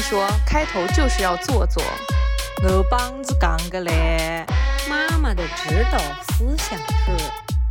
说开头就是要做作。 我帮子讲个嘞，妈妈的指导思想是。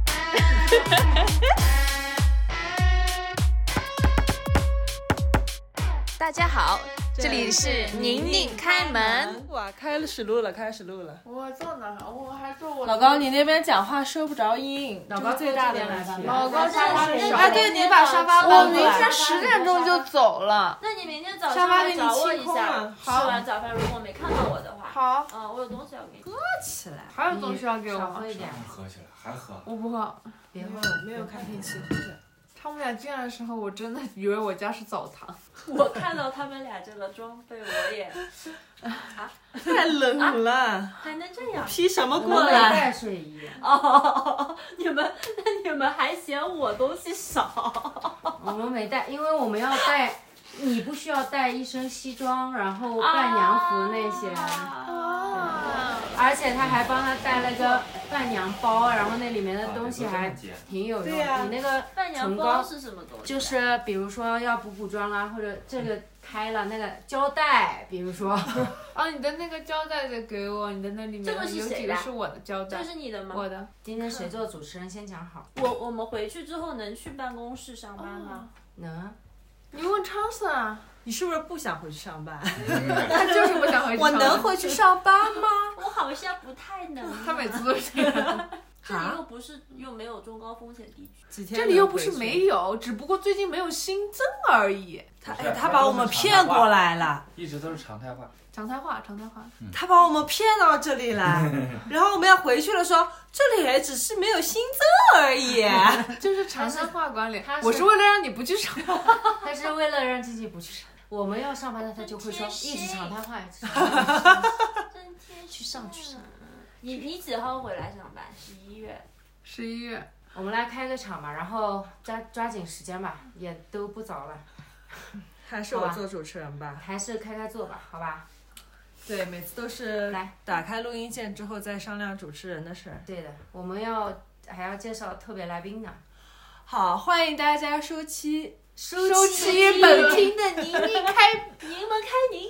大家好，这里是宁宁开门。 哇，开始录了。 我坐哪儿？我还坐我。 老高，你那边讲话收不着音， 老高最大的问题。 老高沙发是少。 哎，对，你把沙发搬我过来。 明天10点钟就走了。 那你明天早上来找我一下，吃完早饭如果没看到我的话， 好。 我有东西要给你。 喝起来， 还有东西要给我。 少喝一点，喝起来还喝。 我不喝， 别喝，没有开瓶器。 他们俩进来的时候，我真的以为我家是澡堂。 我看到他们俩这个装备，我也太冷了， 还能这样？ 披什么我没过来？ 带睡衣。 哦，你们还嫌我东西少？ 我们没带，因为我们要带，你不需要带一身西装，然后伴娘服那些。而且他还帮他带了个伴娘包，然后那里面的东西还挺有用。 对呀你那个伴娘包是什么东西？ 就是比如说要补妆啊，或者这个开了那个胶带，比如说。 啊，你的那个胶带得给我，你的那里面这个是有谁的几个是我的胶带？ 这是你的吗？ 我的。 今天谁做主持人先讲好。 我们回去之后能去办公室上班吗？ 能。 你问昌森啊， 你是不是不想回去上班？ 他就是不想回去。 我能回去上班吗？ 我好像不太能。 他每次都是这样。 这里又没有中高风险地区。 几天？ 这里又不是没有，只不过最近没有新增而已。 他把我们骗过来了， 一直都是常态化。 常态化。 他把我们骗到这里来，然后我们要回去了说，这里只是没有新增而已。 就是常态化管理他。是我是为了让你不去上班。 他是为了让自己不去上。我们要上班的，他就会说一直常态化，一直常态化。 真贴心。 去上。 你几号回来上班？11月。 11月。 我们来开个场嘛，然后抓紧时间吧，也都不早了。 还是我做主持人吧。 还是开座吧，好吧。 对，每次都是来打开录音键之后再商量主持人的事儿。 对的，我们还要介绍特别来宾呢。 好，欢迎大家收听本厅的宁宁开， 您们开您。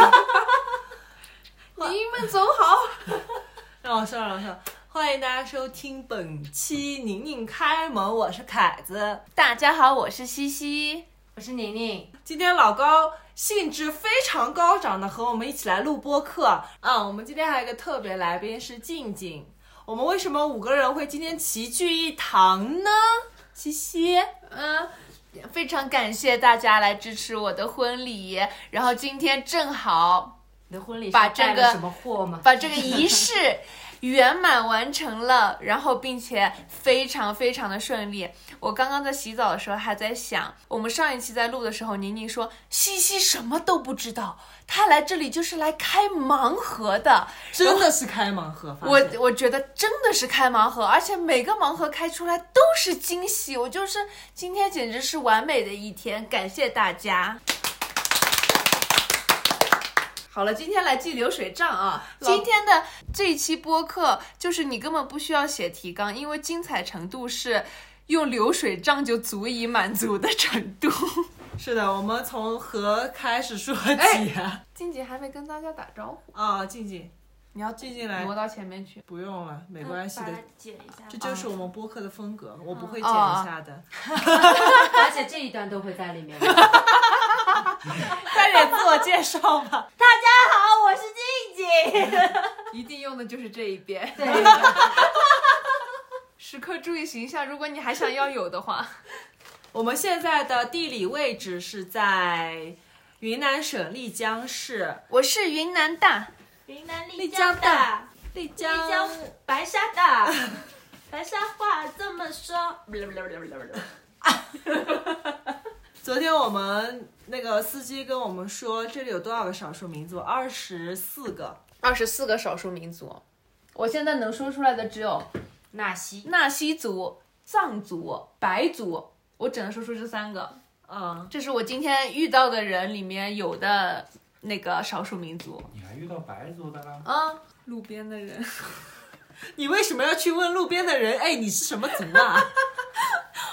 您们走好。 让我说。欢迎大家收听本期宁宁开门，我是凯子。 大家好，我是西西， 我是宁宁。 今天老高兴致非常高涨的和我们一起来录播客啊！我们今天还有一个特别来宾是静静。我们为什么5个人会今天齐聚一堂呢？西西， 非常感谢大家来支持我的婚礼，然后今天正好你的婚礼把这个带了什么货吗？ 把这个仪式圆满完成了，然后并且非常非常的顺利。我刚刚在洗澡的时候还在想，我们上一期在录的时候，宁宁说西西什么都不知道，她来这里就是来开盲盒的， 真的是开盲盒。 我觉得真的是开盲盒，而且每个盲盒开出来都是惊喜，我就是今天简直是完美的一天，感谢大家。好了，今天来记流水账啊！今天的这一期播客就是你根本不需要写提纲，因为精彩程度是用流水账就足以满足的程度。 是的，我们从何开始说起啊？ 静姐还没跟大家打招呼啊，静静， 你要静静来挪到前面去。 不用了，没关系的， 剪一下。 这就是我们播客的风格，我不会剪一下的。 而且这一段都会在里面。 快点自我介绍吧。 大家好，我是静静。 一定用的就是这一遍。 对。 时刻注意形象，如果你还想要有的话。 我们现在的地理位置是在云南省丽江市。 我是云南的。 云南丽江的。 丽江白沙的。白沙话这么说。 昨天我们那个司机跟我们说，这里有多少个少数民族？24个。 24个少数民族，我现在能说出来的只有纳西族、藏族、白族，我只能说出这3个。这是我今天遇到的人里面有的那个少数民族。 你还遇到白族的了？ 路边的人。 你为什么要去问路边的人？哎，你是什么族啊？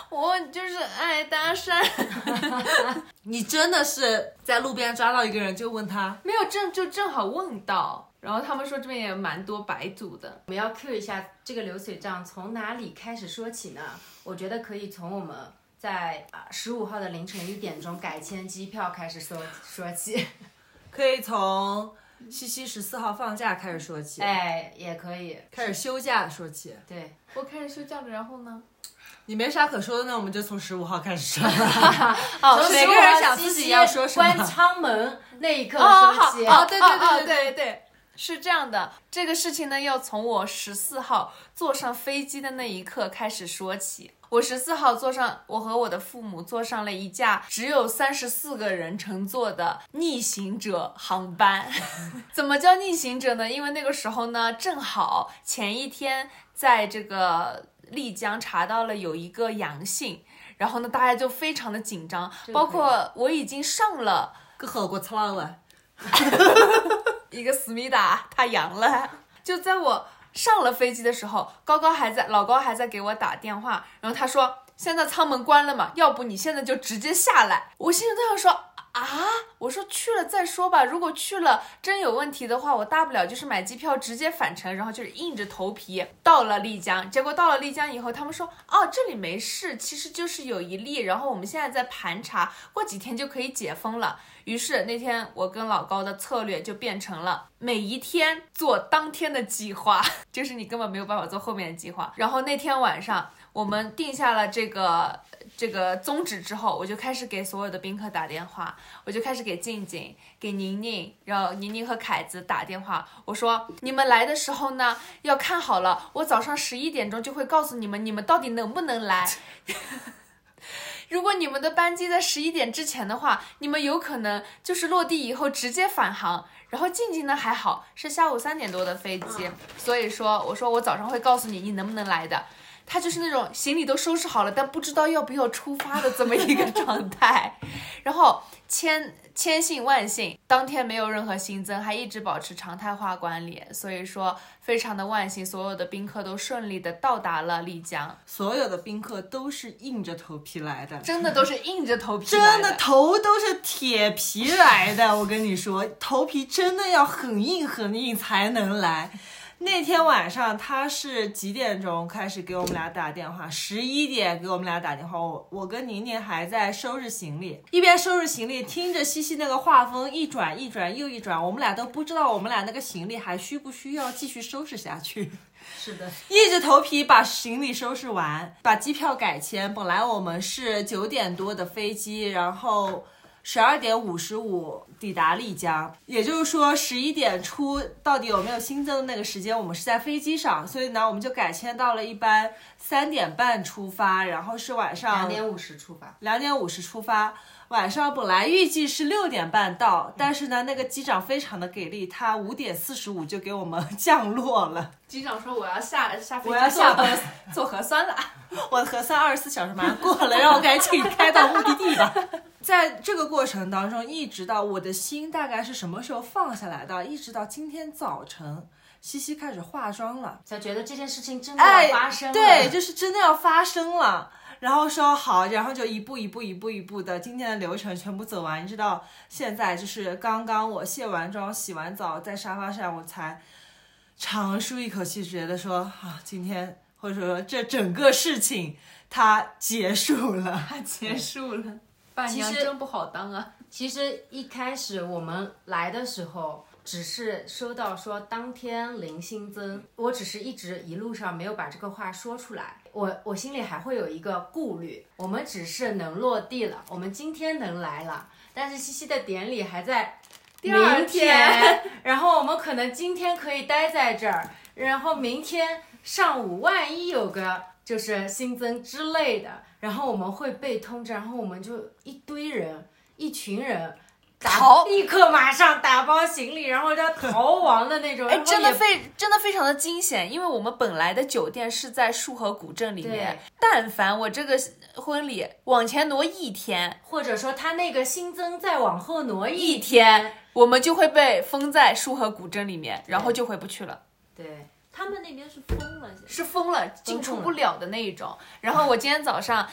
我就是爱搭讪。 你真的是在路边抓到一个人就问他？ 没有，正好问到，然后他们说这边也蛮多白族的。 我们要 cue 一下这个流水账从哪里开始说起呢？我觉得可以从我们在15号的凌晨1点钟改签机票开始说起。 可以从西西14号放假开始说起。 哎，也可以开始休假说起。 对， 我开始休假了，然后呢？ 你没啥可说的，那我们就从15号开始说了。 每个人想自己要说什么。 关舱门那一刻说起。 对，是这样的。这个事情呢，要从我14号坐上飞机的那一刻开始说起。我14号我和我的父母坐上了一架只有34个人乘坐的逆行者航班。怎么叫逆行者呢？因为那个时候呢，正好前一天在这个丽江查到了有一个阳性，然后呢，大家就非常的紧张，包括我已经上了个后果操了， 一个思密达他阳了，就在我上了飞机的时候，老高还在给我打电话，然后他说现在舱门关了嘛，要不你现在就直接下来。我心里在想说我说去了再说吧，如果去了真有问题的话，我大不了就是买机票直接返程，然后就是硬着头皮到了丽江。结果到了丽江以后，他们说这里没事，其实就是有一例，然后我们现在在盘查，过几天就可以解封了。于是那天我跟老高的策略就变成了每一天做当天的计划，就是你根本没有办法做后面的计划。然后那天晚上我们定下了这个宗旨之后，我就开始给所有的宾客打电话，我就开始给静静、给宁宁，然后宁宁和凯子打电话，我说你们来的时候呢要看好了，我早上11点钟就会告诉你们到底能不能来。如果你们的班机在11点之前的话，你们有可能就是落地以后直接返航。然后静静呢还好，是下午3点多的飞机，所以说我说我早上会告诉你能不能来的。他就是那种行李都收拾好了，但不知道要不要出发的这么一个状态。然后千幸万幸，当天没有任何新增，还一直保持常态化管理，所以说非常的万幸，所有的宾客都顺利的到达了丽江。 所有的宾客都是硬着头皮来的， 真的都是硬着头皮来的， 真的头都是铁皮来的。我跟你说，头皮真的要很硬很硬才能来。那天晚上他是几点钟开始给我们俩打电话？11点给我们俩打电话。我跟宁宁还在收拾行李，一边收拾行李，听着西西那个画风一转又一转，我们俩都不知道我们俩那个行李还需不需要继续收拾下去。 是的， 硬着头皮把行李收拾完，把机票改签。本来我们是9点多的飞机，然后12点55抵达丽江，也就是说11点出到底有没有新增的那个时间，我们是在飞机上，所以呢我们就改签到了一班3点半出发，然后是晚上 2点50出发 ，2点50出发。晚上本来预计是6点半到，但是呢那个机长非常的给力，他5点45就给我们降落了。 机长说我要下飞机， 我要下班做核酸了。 我的核酸24小时马上过了，让我赶紧开到目的地吧。在这个过程当中，一直到我的心大概是什么时候放下来的，一直到今天早晨，西西开始化妆了， 才觉得这件事情真的要发生了。 对，就是真的要发生了。然后说好，然后就一步一步的，今天的流程全部走完。你知道，现在就是刚刚我卸完妆、洗完澡，在沙发上，我才长舒一口气，觉得说今天或者说这整个事情它结束了， 它结束了。伴娘真不好当啊！ 其实一开始我们来的时候，只是收到说当天零新增，我只是一路上没有把这个话说出来，我心里还会有一个顾虑。我们只是能落地了，我们今天能来了，但是西西的典礼还在第二天， 然后我们可能今天可以待在这儿，然后明天上午万一有个就是新增之类的，然后我们会被通知，然后我们就一群人立刻马上打包行李，然后就逃亡的那种。 真的非常的惊险，因为我们本来的酒店是在束河古镇里面，但凡我这个婚礼往前挪1天， 或者说他那个新增再往后挪 1天，我们就会被封在束河古镇里面，然后就回不去了。 对， 他们那边是封了， 是封了，进出不了的那一种。然后我今天早上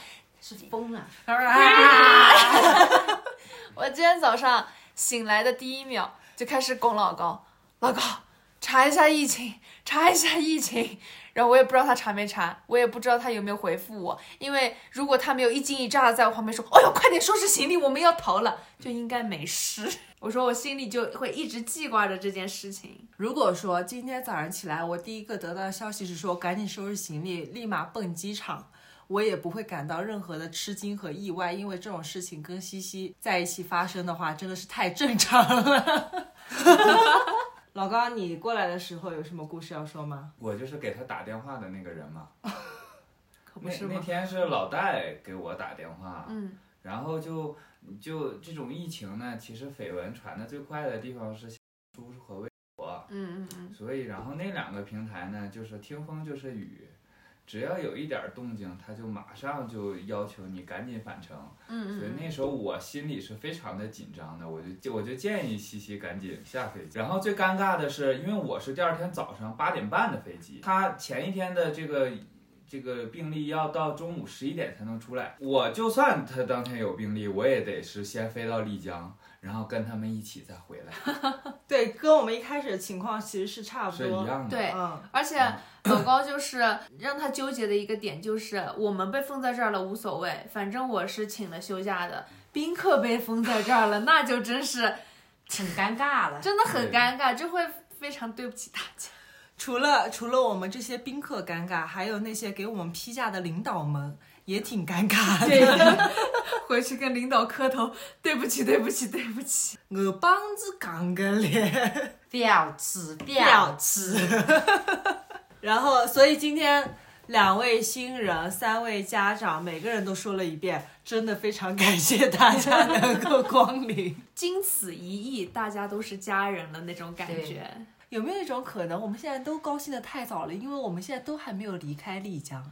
是疯了。 我今天早上醒来的第1秒就开始拱老高，老高查一下疫情，查一下疫情。然后我也不知道他查没查，我也不知道他有没有回复我，因为如果他没有一惊一乍的在我旁边说，哎呦快点收拾行李，我们要逃了，就应该没事。我说我心里就会一直记挂着这件事情。 如果说今天早上起来，我第一个得到的消息是说赶紧收拾行李，立马奔机场，我也不会感到任何的吃惊和意外，因为这种事情跟西西在一起发生的话，真的是太正常了。老高，你过来的时候有什么故事要说吗？ 我就是给他打电话的那个人嘛。 可不是吗？ 那天是老戴给我打电话，然后就这种疫情呢，其实绯闻传的最快的地方是小红书和微博，所以然后那2个平台呢，就是听风就是雨。只要有一点动静，他就马上就要求你赶紧返程。所以那时候我心里是非常的紧张的，我就建议西西赶紧下飞机。然后最尴尬的是，因为我是第2天早上8点半的飞机，他前一天的这个病例要到中午11点才能出来。我就算他当天有病例，我也得是先飞到丽江，然后跟他们一起再回来。 对，跟我们一开始的情况其实是差不多， 是一样的。 对，而且老高就是让他纠结的一个点就是我们被封在这儿了无所谓，反正我是请了休假的，宾客被封在这儿了，那就真是很尴尬了， 真的很尴尬，就会非常对不起大家。 除了我们这些宾客尴尬，还有那些给我们批假的领导们也挺尴尬的。 对，回去跟领导磕头，对不起，对不起，对不起。 我帮子讲个脸， 表示。 然后，所以今天2位新人、3位家长，每个人都说了一遍，真的非常感谢大家能够光临。 经此一役，大家都是家人了那种感觉。 有没有一种可能，我们现在都高兴得太早了，因为我们现在都还没有离开丽江。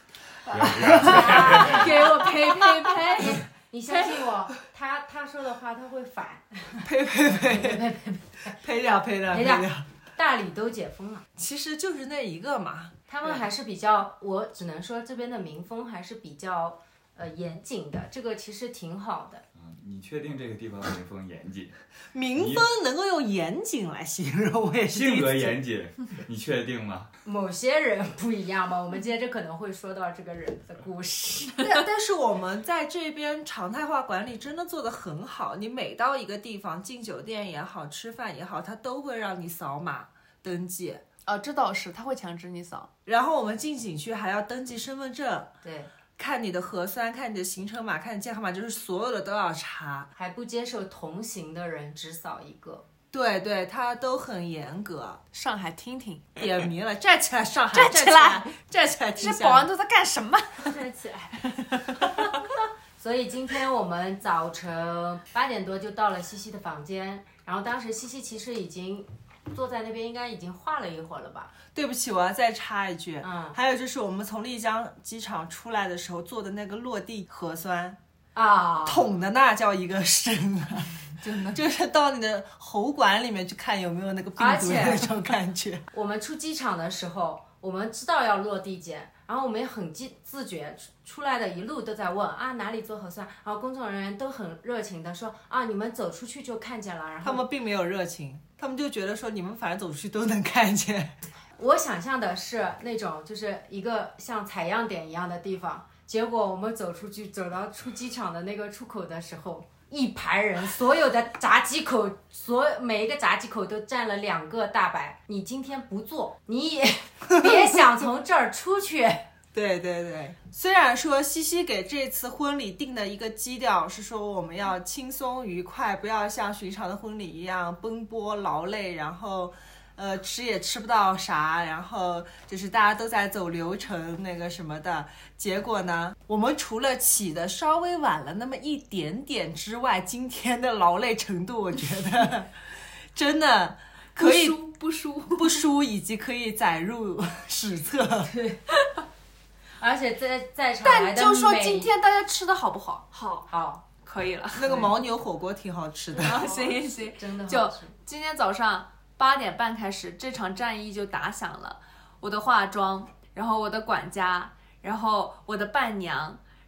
给我呸！ 你相信我，他说的话他会反。 呸掉。 大理都解封了， 其实就是那一个嘛。 他们还是比较，我只能说这边的民风还是比较严谨的，这个其实挺好的。 你确定这个地方民风严谨？ 民风能够用严谨来形容，我也是性格严谨，你确定吗？ 某些人不一样吧，我们接着可能会说到这个人的故事。 但是我们在这边常态化管理真的做得很好，你每到一个地方，进酒店也好，吃饭也好，他都会让你扫码登记。 这倒是，他会强制你扫。 然后我们进景区还要登记身份证。 对。 看你的核酸，看你的行程码，看你健康码，就是所有的都要查， 还不接受同行的人只扫一个。 对，他都很严格。 上海听听， 点名了，站起来，上海， 站起来， 站起来！ 这些保安都在干什么？ 站起来！所以今天我们早晨8点多就到了西西的房间，然后当时西西其实已经坐在那边，应该已经画了一会儿了吧。 对不起，我要再插一句，还有就是我们从丽江机场出来的时候做的那个落地核酸啊， 捅的那叫一个深啊，真的就是到你的喉管里面去看有没有那个病毒的那种感觉。 我们出机场的时候，我们知道要落地检，然后我们也很自觉，出来的一路都在问哪里做核酸，然后工作人员都很热情的说你们走出去就看见了，然后他们并没有热情，他们就觉得说你们反正走出去都能看见。 我想象的是那种就是一个像采样点一样的地方，结果我们走出去，走到出机场的那个出口的时候，一排人，所有的闸机口，每一个闸机口都站了2个大白。你今天不做，你也别想从这儿出去。 对，虽然说西西给这次婚礼定的一个基调是说我们要轻松愉快，不要像寻常的婚礼一样奔波劳累，然后吃也吃不到啥，然后就是大家都在走流程那个什么的。结果呢，我们除了起的稍微晚了那么一点点之外，今天的劳累程度我觉得真的可以不输，以及可以载入史册。 对，而且在场来的， 但就说今天大家吃的好不好？ 好， 可以了。 那个牦牛火锅挺好吃的。 行， 真的好吃。 就今天早上8点半开始，这场战役就打响了。我的化妆，然后我的管家，然后我的伴娘，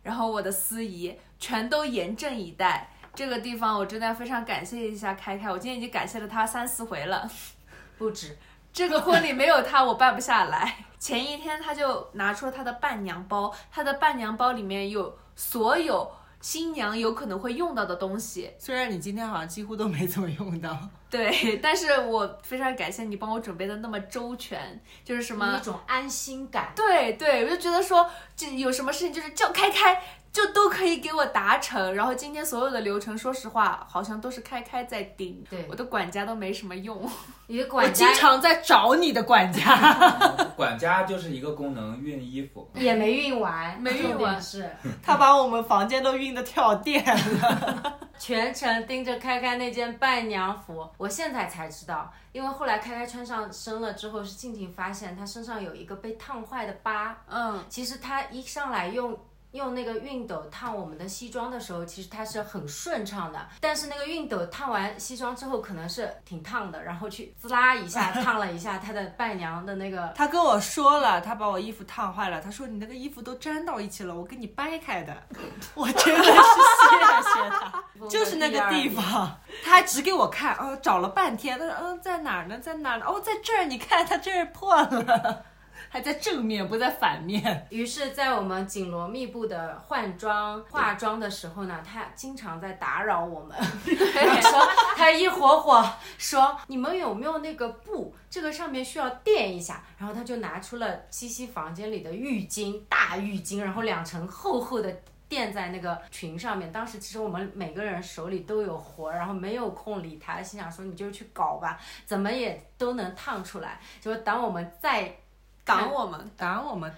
然后我的司仪全都严阵以待。这个地方我真的非常感谢一下开开，我今天已经感谢了他3-4回了， 不止。 这个婚礼没有他我办不下来。前一天他就拿出了他的伴娘包，他的伴娘包里面有所有新娘有可能会用到的东西。 虽然你今天好像几乎都没怎么用到， 对，但是我非常感谢你帮我准备的那么周全，就是什么一种安心感。 对，我就觉得说，这有什么事情就是叫开开，就都可以给我达成。然后今天所有的流程，说实话，好像都是开开在盯， 对， 我的管家都没什么用。 你的管家，我经常在找你的管家。 管家就是一个功能，熨衣服也没熨完， 没熨完， 是他把我们房间都熨得跳电了。 全程盯着开开那件伴娘服，我现在才知道，因为后来开开穿上身了之后，是静静发现她身上有一个被烫坏的疤。其实她一上来用那个熨斗烫我们的西装的时候，其实它是很顺畅的，但是那个熨斗烫完西装之后可能是挺烫的，然后去滋啦一下烫了一下她的伴娘的那个。 他跟我说了，他把我衣服烫坏了，他说你那个衣服都粘到一起了，我给你掰开的。我真的是谢谢他，就是那个地方，他还指给我看，找了半天，他说在哪儿呢，在哪儿呢？在这儿，你看他这儿破了。还在正面不在反面。 于是在我们紧锣密布的换装化妆的时候呢，他经常在打扰我们。说他一会说你们有没有那个布，这个上面需要垫一下。然后他就拿出了西西房间里的浴巾，大浴巾，然后2层厚厚的垫在那个裙上面。当时其实我们每个人手里都有活，然后没有空理他，心想说你就去搞吧，怎么也都能烫出来。结果当我们再挡我们， 当我们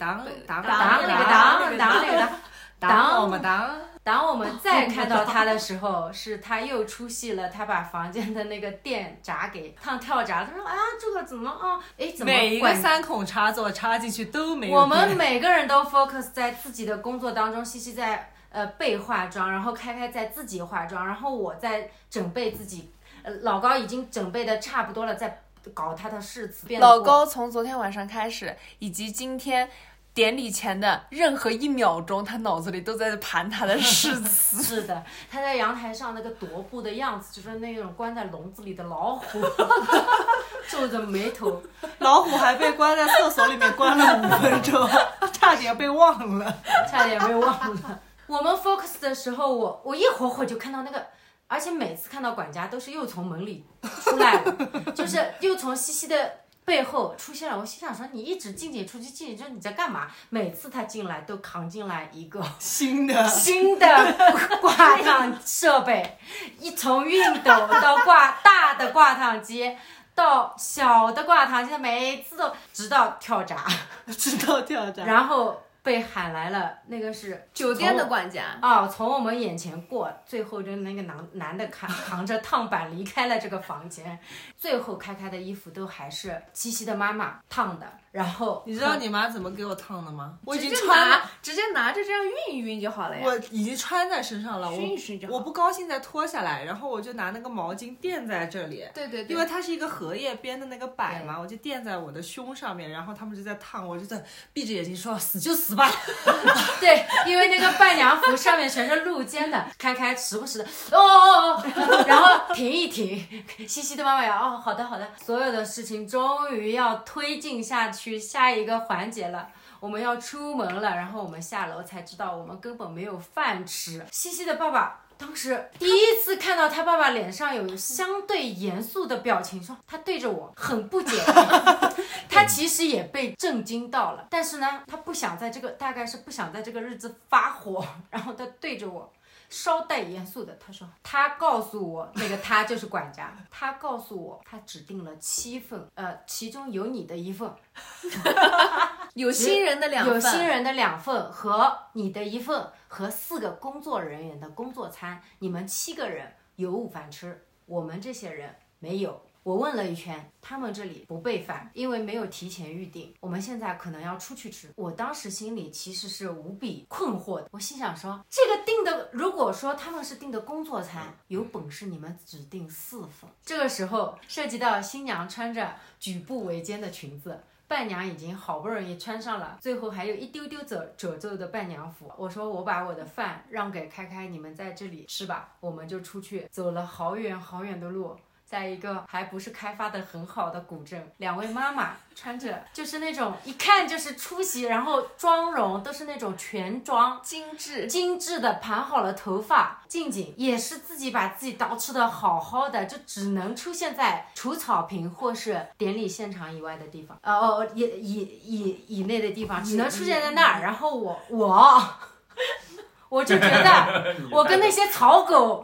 再看到他的时候，是他又出戏了，他把房间的那个电闸给烫跳闸。他说这个怎么怎么每一个3孔插座插进去都没有。 我们每个人都 focus 在自己的工作当中，西西在被化妆，然后开开在自己化妆，然后我在准备自己，老高已经准备的差不多了，在搞他的誓词。 老高从昨天晚上开始，以及今天典礼前的任何1秒钟，他脑子里都在盘他的誓词。 是的，他在阳台上那个踱步的样子，就是那种关在笼子里的老虎，皱着眉头。 老虎还被关在厕所里面关了5分钟，差点被忘了。 我们 focus 的时候，我一会儿就看到那个。而且每次看到管家都是又从门里出来了，就是又从西西的背后出现了。我心想说你一直进进出去，你在干嘛？每次他进来都扛进来一个新的挂烫设备，从熨斗到大的挂烫机到小的挂烫机，每次都直到跳闸，然后被喊来了，那个是酒店的管家从我们眼前过，最后就那个男的扛着烫板离开了这个房间。最后开开的衣服都还是七夕的妈妈烫的。然后你知道你妈怎么给我烫的吗？我已经直接拿着这样熨一熨就好了呀。 我已经穿在身上了， 熨一熨就好。 我不高兴再脱下来，然后我就拿那个毛巾垫在这里。 对， 因为它是一个荷叶编的那个摆嘛，我就垫在我的胸上面，然后他们就在烫，我就在闭着眼睛说死就死吧。 对，因为那个伴娘服上面全是露肩的，开时不时的然后停一停，西西的妈妈也好的，所有的事情终于要推进下去下一个环节了，我们要出门了。然后我们下楼才知道我们根本没有饭吃。西西的爸爸当时第一次看到他爸爸脸上有相对严肃的表情，说他对着我很不解他其实也被震惊到了，但是呢他不想在这个大概是不想在这个日子发火，然后他对着我稍带严肃的他说，他告诉我，那个他就是管家，他告诉我他指定了7份，其中有你的1份有新人的 2份和你的1份和4个工作人员的工作餐，你们7个人有午饭吃，我们这些人没有。我问了一圈，他们这里不备饭，因为没有提前预定，我们现在可能要出去吃。我当时心里其实是无比困惑的，我心想说，这个订的，如果说他们是订的工作餐，有本事你们只订4份。这个时候涉及到新娘穿着举步维艰的裙子， 伴娘已经好不容易穿上了，最后还有一丢丢褶皱的伴娘服。我说我把我的饭让给开开，你们在这里吃吧。我们就出去走了好远好远的路，在一个还不是开发的很好的古镇，两位妈妈穿着就是那种一看就是出席，然后妆容都是那种全妆精致的，盘好了头发。静静也是自己把自己捯饬的好好的，就只能出现在除草坪或是典礼现场以外的地方，以内的地方，只能出现在那儿。然后我就觉得我跟那些草狗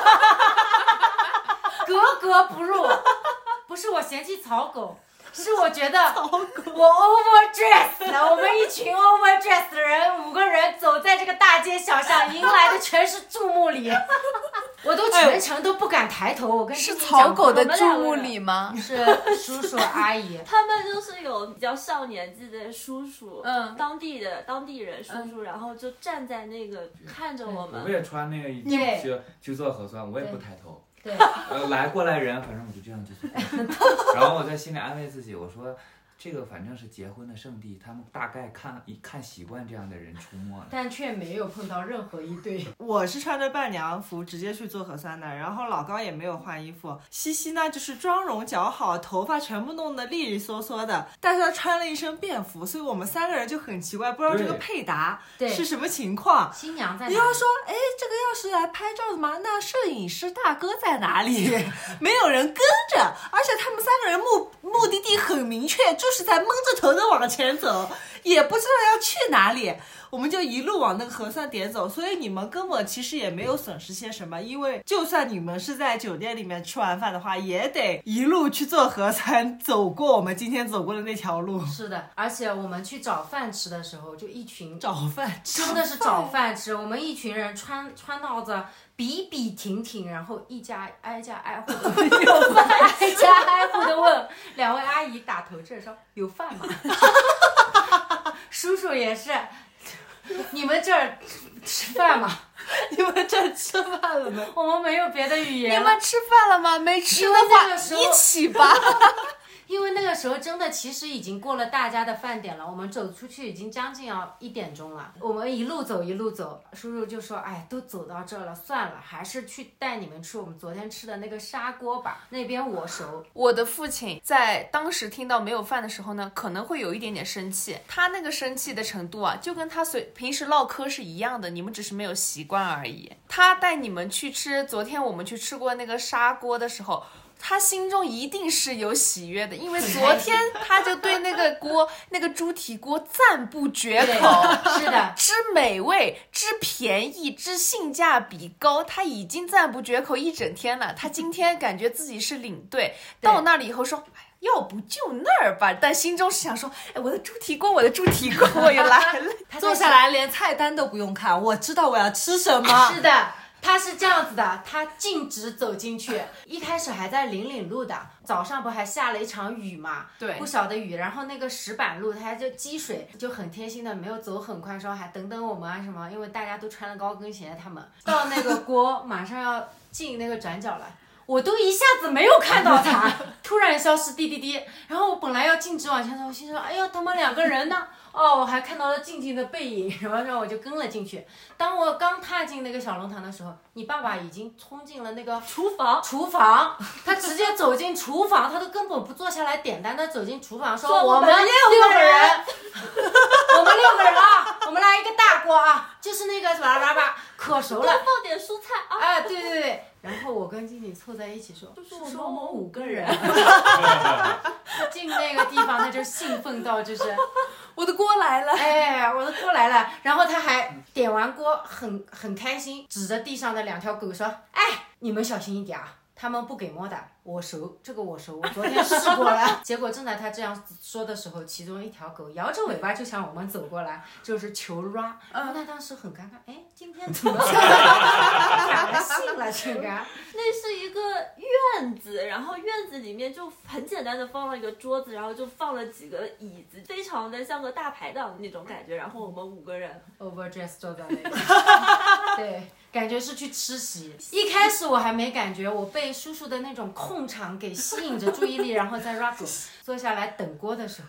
格格不入。不是我嫌弃草狗，是我觉得我 overdress 了。我们一群 overdress 的人，5个人走在这个大街小巷，迎来的全是注目礼。我都全程都不敢抬头。我跟是草狗的注目礼吗？ 是叔叔阿姨， 他们就是有比较上年纪的叔叔，当地人叔叔，然后就站在那个看着我们。 我也穿那个去做核酸，我也不抬头。 对， 过来人，反正我就这样就走。然后我在心里安慰自己，我说这个反正是结婚的圣地，他们大概看习惯这样的人出没了， 但却没有碰到任何一对。 我是穿着伴娘服直接去做核酸的，然后老高也没有换衣服，西西呢就是妆容姣好，头发全部弄得利利索索的，但是他穿了一身便服，所以我们3个人就很奇怪，不知道这个配搭是什么情况。 新娘在哪里？ 你要说这个要是来拍照的吗？那摄影师大哥在哪里？没有人跟着，而且他们3个人目的地很明确，就是在蒙着头的往前走，也不知道要去哪里，我们就一路往那个核酸点走。所以你们根本其实也没有损失些什么，因为就算你们是在酒店里面吃完饭的话，也得一路去做核酸，走过我们今天走过的那条路。 是的，而且我们去找饭吃的时候，就一群找饭吃， 真的是找饭吃。我们一群人穿到着比比挺挺，然后挨家挨户的有饭，挨家挨户的问2位阿姨打头阵说有饭吗？叔叔也是，你们这儿吃饭吗？ 你们这吃饭了没？ 我们没有别的语言。 你们吃饭了吗？没吃的话一起吧。 因为那个时候真的其实已经过了大家的饭点了，我们走出去已经将近要1点钟了。我们一路走，叔叔就说都走到这了，算了，还是去带你们吃我们昨天吃的那个砂锅吧，那边我熟。 我的父亲在当时听到没有饭的时候呢，可能会有一点点生气，他那个生气的程度啊，就跟他平时唠嗑是一样的，你们只是没有习惯而已。他带你们去吃昨天我们去吃过那个砂锅的时候，他心中一定是有喜悦的，因为昨天他就对那个锅那个猪蹄锅赞不绝口。 是的， 之美味，之便宜，之性价比高，他已经赞不绝口一整天了。他今天感觉自己是领队，到那里以后说要不就那儿吧，但心中是想说我的猪蹄锅我也来了。 坐下来连菜单都不用看，我知道我要吃什么。 是的，他是这样子的，他径直走进去，一开始还在领路的，早上不还下了一场雨嘛， 对， 不小的雨，然后那个石板路它就积水，就很贴心的没有走很快，说还等等我们啊什么，因为大家都穿了高跟鞋，他们到那个锅马上要进那个转角了。我都一下子没有看到他，突然消失滴滴滴，然后我本来要径直往前走，我心说哎呀他们2个人呢，我还看到了静静的背影，然后我就跟了进去。当我刚踏进那个小龙堂的时候，你爸爸已经冲进了那个厨房，他直接走进厨房，他都根本不坐下来点单，他走进厨房说我们6个人我们6个人啊，我们来一个大锅啊，就是那个吧可熟了， 放点蔬菜啊。 对，然后我跟经理凑在一起说就是我们5个人进那个地方他就兴奋到就是我的锅来了， 我的锅来了。然后他还点完锅很开心，指着地上的2条狗说你们小心一点啊，他们不给摸的，我熟，这个我熟，我昨天试过了。结果正在他这样说的时候，其中一条狗摇着尾巴就向我们走过来，就是求 ra。然后他当时很尴尬，今天怎么感性了这个？ 那是一个院子，然后院子里面就很简单的放了一个桌子，然后就放了几个椅子，非常的像个大排档的那种感觉。然后我们5个人 overdress 坐在那里，对。感觉是去吃席。一开始我还没感觉，我被叔叔的那种控场给吸引着注意力，然后在 rap 坐下来等锅的时候，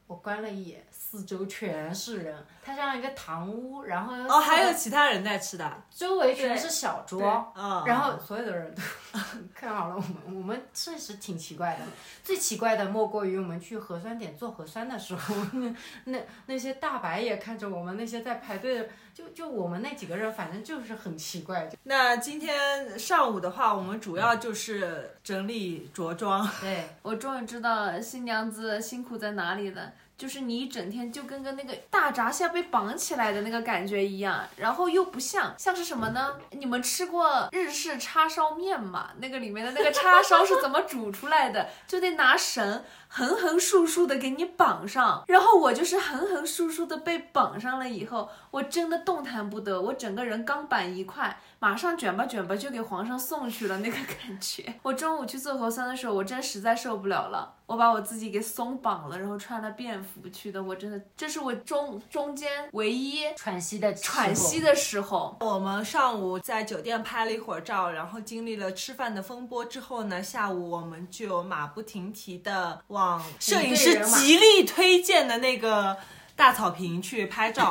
我关了一眼，四周全是人，它像一个堂屋，然后还有其他人在吃的， 周围全是小桌，然后所有的人都看好了我们确实挺奇怪的。最奇怪的莫过于我们去核酸点做核酸的时候，那些大白也看着我们那些在排队的，就我们那几个人，反正就是很奇怪。 那今天上午的话，我们主要就是整理着装。 对， 我终于知道新娘子辛苦在哪里了。就是你一整天就跟个那个大闸蟹被绑起来的那个感觉一样，然后又不像是什么呢？你们吃过日式叉烧面吗？那个里面的那个叉烧是怎么煮出来的？就得拿绳横横竖竖的给你绑上，然后我就是横横竖竖的被绑上了以后，我真的动弹不得，我整个人钢板一块，马上卷吧卷吧就给皇上送去了那个感觉。我中午去做核酸的时候，我真实在受不了了，我把我自己给松绑了，然后穿了便服去的，我真的这是我中间唯一喘息的时候。 我们上午在酒店拍了一会儿照，然后经历了吃饭的风波之后呢，下午我们就马不停蹄的往摄影师极力推荐的那个大草坪去拍照。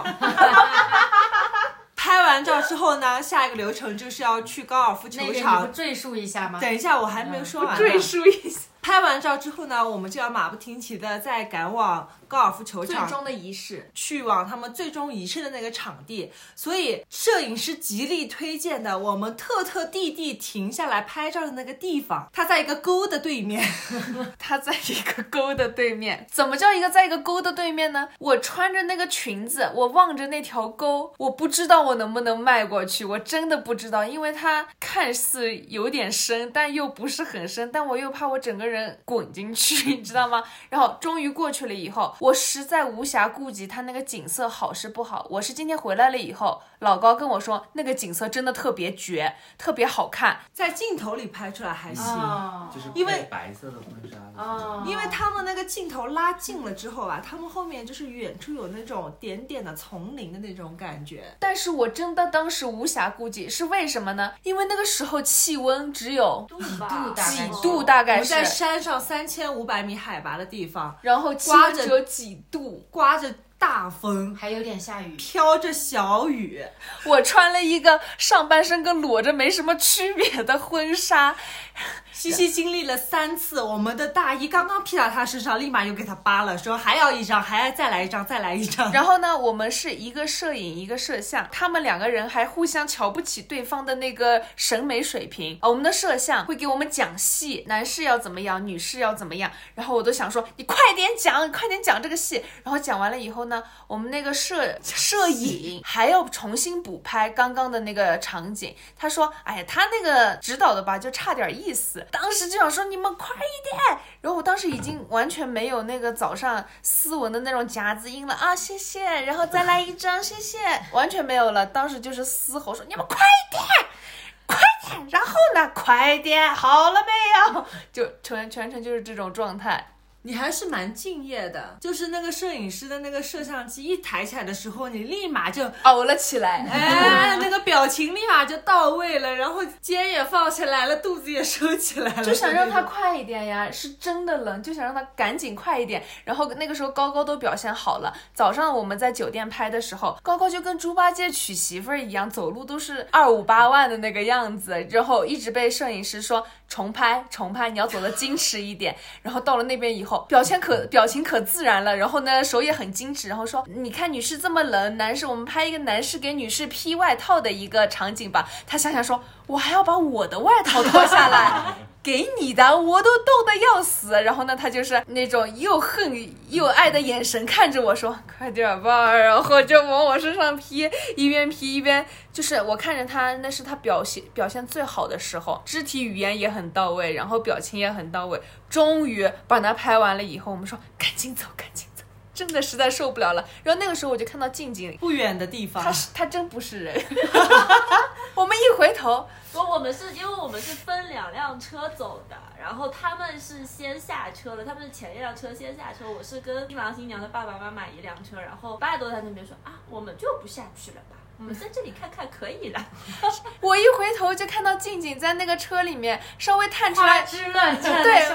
拍完照之后呢，下一个流程就是要去高尔夫球场。 那个你不赘述一下吗？ 等一下，我还没有说完呢。 赘述一下。 拍完照之后呢，我们就要马不停蹄的再赶往高尔夫球场最终的仪式， 去往他们最终仪式的那个场地。所以摄影师极力推荐的我们特地停下来拍照的那个地方，它在一个沟的对面。 它在一个沟的对面。怎么叫在一个沟的对面呢？我穿着那个裙子，我望着那条沟，我不知道我能不能迈过去，我真的不知道，因为它看似有点深，但又不是很深，但我又怕我整个人滚进去，你知道吗？然后终于过去了以后，我实在无暇顾及它那个景色好是不好。我是今天回来了以后，老高跟我说那个景色真的特别绝，特别好看， 在镜头里拍出来还行， 就是因为白色的婚纱因为他们那个镜头拉近了之后啊，他们后面就是远处有那种点点的丛林的那种感觉。 但是我真的当时无暇顾及，是为什么呢？因为那个时候气温只有几度，大概是我们在山上3500米海拔的地方， 然后气温只有几度， 刮着大风， 还有点下雨， 飘着小雨。 我穿了一个上半身跟裸着没什么区别的婚纱。 西西经历了3次，我们的大衣刚刚披到他身上，立马又给他扒了，说还要一张，还要再来一张，再来一张。 然后呢，我们是一个摄影一个摄像，他们2个人还互相瞧不起对方的那个审美水平。我们的摄像会给我们讲戏，男士要怎么样，女士要怎么样。然后我都想说，你快点讲这个戏。然后讲完了以后呢，我们那个摄影还要重新补拍刚刚的那个场景。他说，哎呀，他那个指导的吧，就差点意思。当时就想说你们快一点，然后我当时已经完全没有那个早上斯文的那种夹子音了啊，谢谢，然后再来一张，谢谢，完全没有了。当时就是嘶吼说你们快一点，快点，然后呢，快点，好了没有？就全程就是这种状态。 你还是蛮敬业的，就是那个摄影师的那个摄像机一抬起来的时候，你立马就熬了起来， 那个表情立马就到位了，然后肩也放起来了，肚子也收起来了， 就想让他快一点呀，是真的冷，就想让他赶紧快一点。然后那个时候高高都表现好了，早上我们在酒店拍的时候，高高就跟猪八戒娶媳妇儿一样，走路都是258万的那个样子，然后一直被摄影师说重拍，你要走得矜持一点。然后到了那边以后，表情可自然了，然后呢手也很矜持，然后说你看女士这么冷，男士我们拍一个男士给女士披外套的一个场景吧。他想想说，我还要把我的外套脱下来给你的，我都冻得要死。然后呢他就是那种又恨又爱的眼神看着我说快点吧，然后就往我身上披，一边披一边就是我看着他，那是他表现最好的时候，肢体语言也很到位，然后表情也很到位。终于把他拍完了以后，我们说赶紧走，真的实在受不了了。然后那个时候我就看到静静不远的地方， 他真不是人。我们一回头， 我们是因为我们是分2辆车走的，然后他们是先下车了，他们是前一辆车先下车，我是跟新郎新娘的爸爸妈妈一辆车，然后爸都在那边说啊，我们就不下去了吧。我们在这里看看可以了。 我一回头就看到静静在那个车里面稍微探出来， 花枝乱颤， 对，他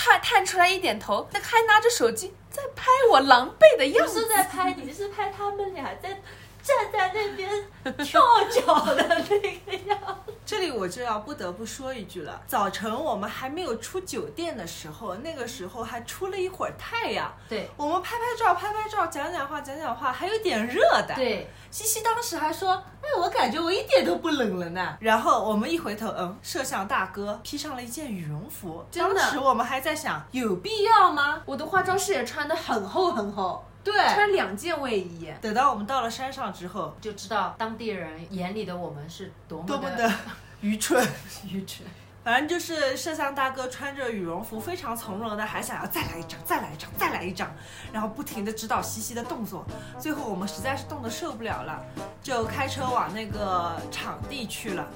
探出来一点头，那还拿着手机在拍我狼狈的样子。 不是在拍你，是拍他们俩在站在那边跳脚的那个样子。 这里我就要不得不说一句了，早晨我们还没有出酒店的时候，那个时候还出了一会儿太阳， 对， 我们拍拍照，讲讲话，还有点热的。 对， 西西当时还说，我感觉我一点都不冷了呢。然后我们一回头，摄像大哥披上了一件羽绒服， 真的当时我们还在想，有必要吗？ 我的化妆师也穿得很厚很厚， 对， 穿2件卫衣。 等到我们到了山上之后， 就知道当地人眼里的我们是多么的愚蠢。 愚蠢。 反正就是摄像大哥穿着羽绒服，非常从容的，还想要再来一张，然后不停的指导西西的动作。最后我们实在是冻得受不了了，就开车往那个场地去了。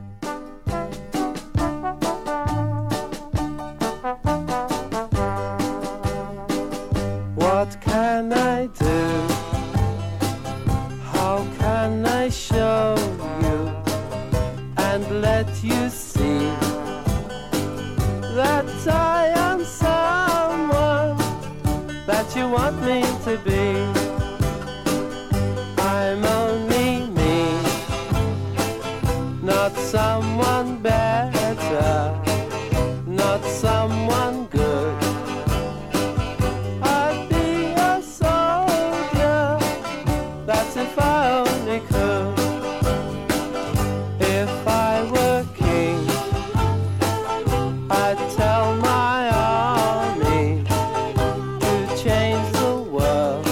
What can I do? How can I show you and let you see that I am someone that you want me to be? I'm only me, not someone better, not someone good.I'd be a soldier, that's if I only could. If I were king, I'd tell my army to change the world.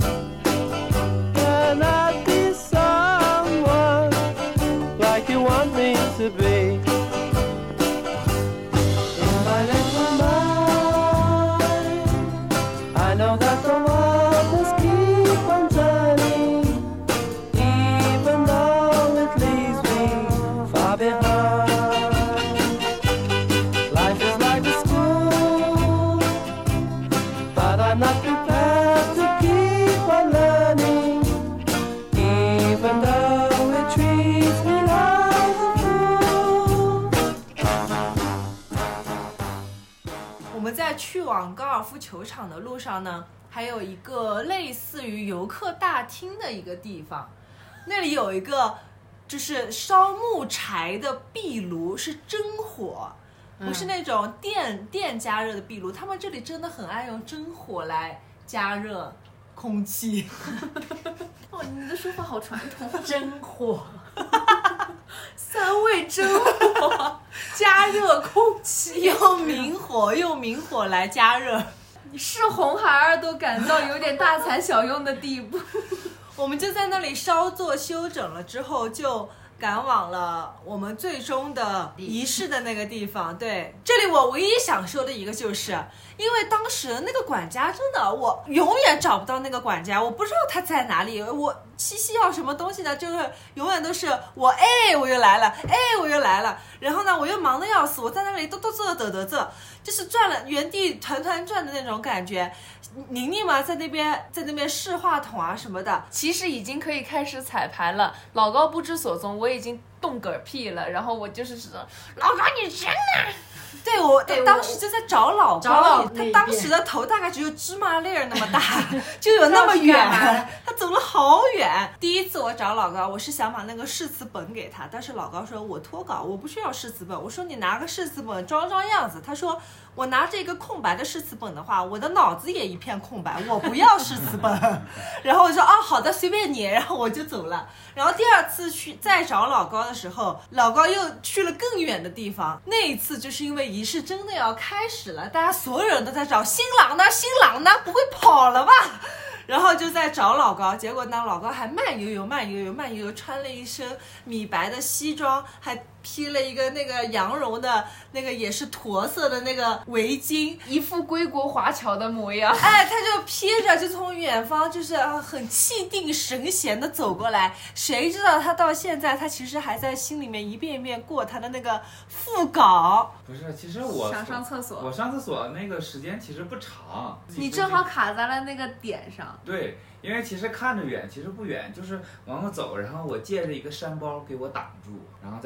And I'd be someone like you want me to be.If I let my mind,I know that the world must keep on turning, even though it leaves me far behind. Life is like a school, but I'm not prepared to keep on learning, even though it treats me like a fool. 我们在去往高尔夫球场的路上呢，还有一个类似于游客大厅的一个地方，那里有一个就是烧木柴的壁炉，是真火，不是那种电加热的壁炉。他们这里真的很爱用真火来加热空气。 哦，你的说法好传统。 真火 3味真火加热空气， 用明火来加热。 是红孩儿都感到有点大材小用的地步。 我们就在那里稍作休整了之后，就赶往了我们最终的仪式的那个地方。对，这里我唯一想说的一个就是，因为当时那个管家真的，我永远找不到那个管家，我不知道他在哪里。我西西要什么东西呢？就是永远都是我我又来了，我又来了。然后呢，我又忙得要死，我在那里嘚，就是转了原地团转的那种感觉。宁宁嘛，在那边试话筒啊什么的， 其实已经可以开始彩排了。老高不知所踪，我已经动嗝屁了。然后我就是说，老高你人呢？ 对，我当时就在找老高，他当时的头大概只有芝麻粒儿那么大，就有那么远，他走了好远。第一次我找老高，我是想把那个誓词本给他，但是老高说我脱稿，我不需要誓词本。我说你拿个誓词本装样子，他说我拿着一个空白的誓词本的话，我的脑子也一片空白，我不要誓词本。然后我说好的，随便你，然后我就走了。然后第二次去再找老高的时候，老高又去了更远的地方。那一次就是因为仪式真的要开始了，大家所有人都在找新郎呢，不会跑了吧？然后就在找老高，结果呢，老高还慢悠悠，穿了一身米白的西装，还披了一个那个羊绒的那个也是驼色的那个围巾， 一副归国华侨的模样。 他就披着，就从远方就是很气定神闲的走过来。谁知道他到现在，他其实还在心里面一遍一遍过他的那个副稿。 不是，其实我想上厕所， 我上厕所那个时间其实不长， 你正好卡在了那个点上。 对，因为其实看着远，其实不远，就是往后走，然后我借着一个山包给我挡住，然后在山包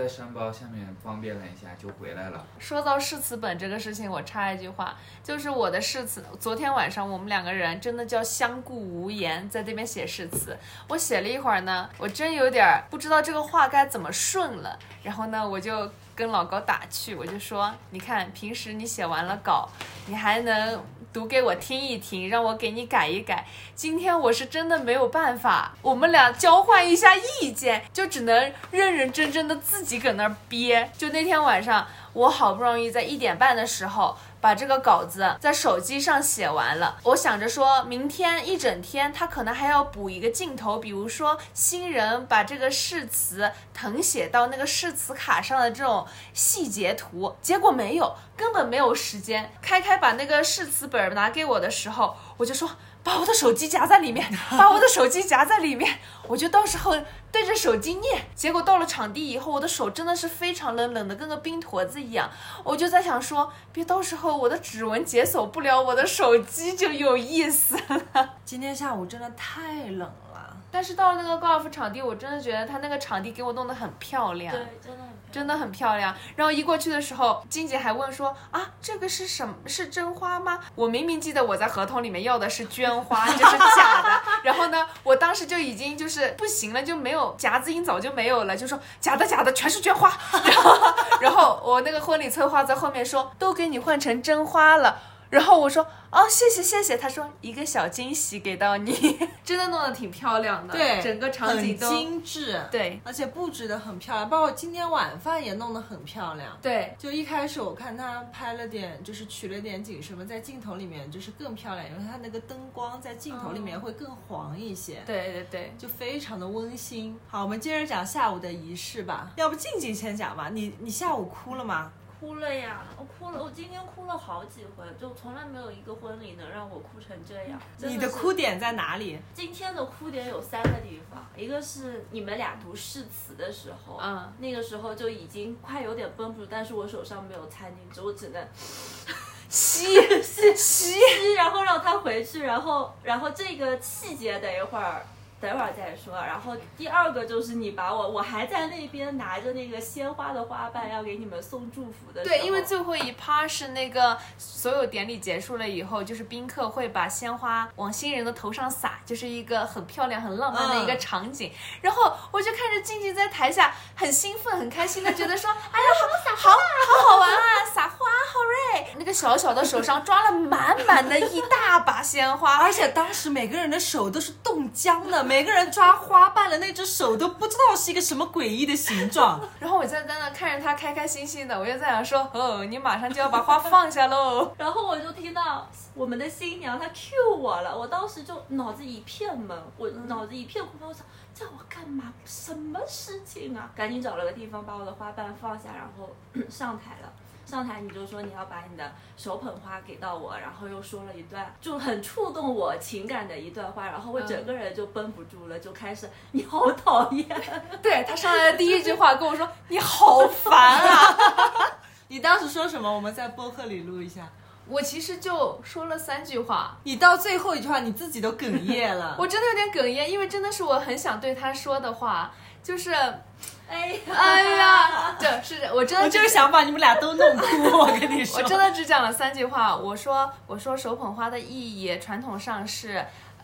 到下面方便了一下就回来了。 说到誓词本这个事情，我插一句话，就是我的誓词，昨天晚上我们2个人真的叫相顾无言，在这边写誓词。我写了一会儿呢，我真有点不知道这个话该怎么顺了。然后呢，我就跟老高打趣，我就说，你看平时你写完了稿，你还能读给我听一听，让我给你改一改。今天我是真的没有办法，我们俩交换一下意见，就只能认认真真的自己搁那儿憋。就那天晚上，我好不容易在1点半的时候把这个稿子在手机上写完了。我想着说明天一整天他可能还要补一个镜头，比如说新人把这个誓词誊写到那个誓词卡上的这种细节图，结果没有，根本没有时间。开把那个誓词本拿给我的时候，我就说把我的手机夹在里面，把我的手机夹在里面，我就到时候对着手机念。结果到了场地以后，我的手真的是非常冷的跟个冰坨子一样。我就在想说，别到时候我的指纹解锁不了我的手机就有意思了。 今天下午真的太冷了。 但是到了那个高尔夫场地，我真的觉得他那个场地给我弄得很漂亮， 对，真的很漂亮。然后一过去的时候，静姐还问说啊，这个是什么？是真花吗？我明明记得我在合同里面要的是绢花，就是假的。然后呢，我当时就已经就是不行了，就没有夹子音早就没有了，就说假的全是绢花。然后我那个婚礼策划在后面说都给你换成真花了。然后我说哦，谢谢。他说一个小惊喜给到你，真的弄得挺漂亮的， 对， 整个场景都很精致， 对， 而且布置得很漂亮，包括今天晚饭也弄得很漂亮。 对， 就一开始我看他拍了点，就是取了点景什么，在镜头里面就是更漂亮，因为他那个灯光在镜头里面会更黄一些。 对， 就非常的温馨。好，我们接着讲下午的仪式吧。要不静静先讲吧，你下午哭了吗？ 哭了呀，我哭了，我今天哭了好几回，就从来没有一个婚礼能让我哭成这样。 你的哭点在哪里？ 今天的哭点有3个地方，一个是你们俩读誓词的时候，那个时候就已经快有点绷不住，但是我手上没有餐巾纸，我只能吸，然后让他回去，然后这个细节等一会儿再说。然后第2个就是你把我还在那边拿着那个鲜花的花瓣要给你们送祝福的时候。 对，因为最后一趴是那个所有典礼结束了以后，就是宾客会把鲜花往新人的头上撒，就是一个很漂亮很浪漫的一个场景。然后我就看着静静在台下很兴奋很开心的觉得说哎呀好玩啊，撒花好瑞。那个小小的手上抓了满满的一大把鲜花， 而且当时每个人的手都是冻僵的，每个人抓花瓣的那只手都不知道是一个什么诡异的形状。 然后我在那看着他开开心心的，我就在想说哦，你马上就要把花放下喽。 然后我就听到我们的新娘她 cue 我了，我当时就脑子一片懵，我脑子一片空白，我想叫我干嘛？什么事情啊？赶紧找了个地方把我的花瓣放下，然后上台了。上台你就说你要把你的手捧花给到我，然后又说了一段就很触动我情感的一段话，然后我整个人就绷不住了，就开始你好讨厌。 对，他上来的第一句话跟我说你好烦啊。 你当时说什么？我们在播客里录一下。 我其实就说了3句话， 你到最后一句话你自己都哽咽了。 我真的有点哽咽，因为真的是我很想对他说的话，就是哎呀，是我真的我就是想把你们俩都弄哭。我跟你说， 我真的只讲了3句话。我说手捧花的意义，传统上是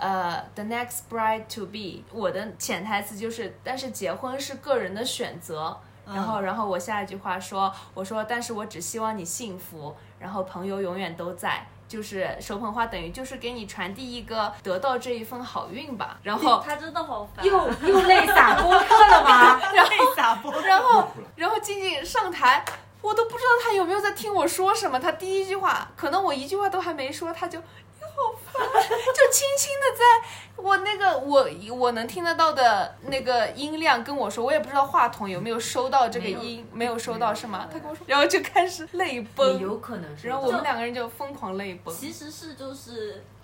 the next bride to be。我的潜台词就是，但是结婚是个人的选择。然后我下一句话我说，但是我只希望你幸福，然后朋友永远都在。就是手捧花等于就是给你传递一个得到这一份好运吧。然后他真的好烦， 又泪洒播客了吗？ 然后静静上台，我都不知道他有没有在听我说什么。他第一句话可能我一句话都还没说，他就你好烦，就轻轻的在我那个我能听得到的那个音量跟我说，我也不知道话筒有没有收到这个音，没有收到是吗？他跟我说，然后就开始泪崩， 有可能是。 然后我们2个人就疯狂泪崩。 其实是就是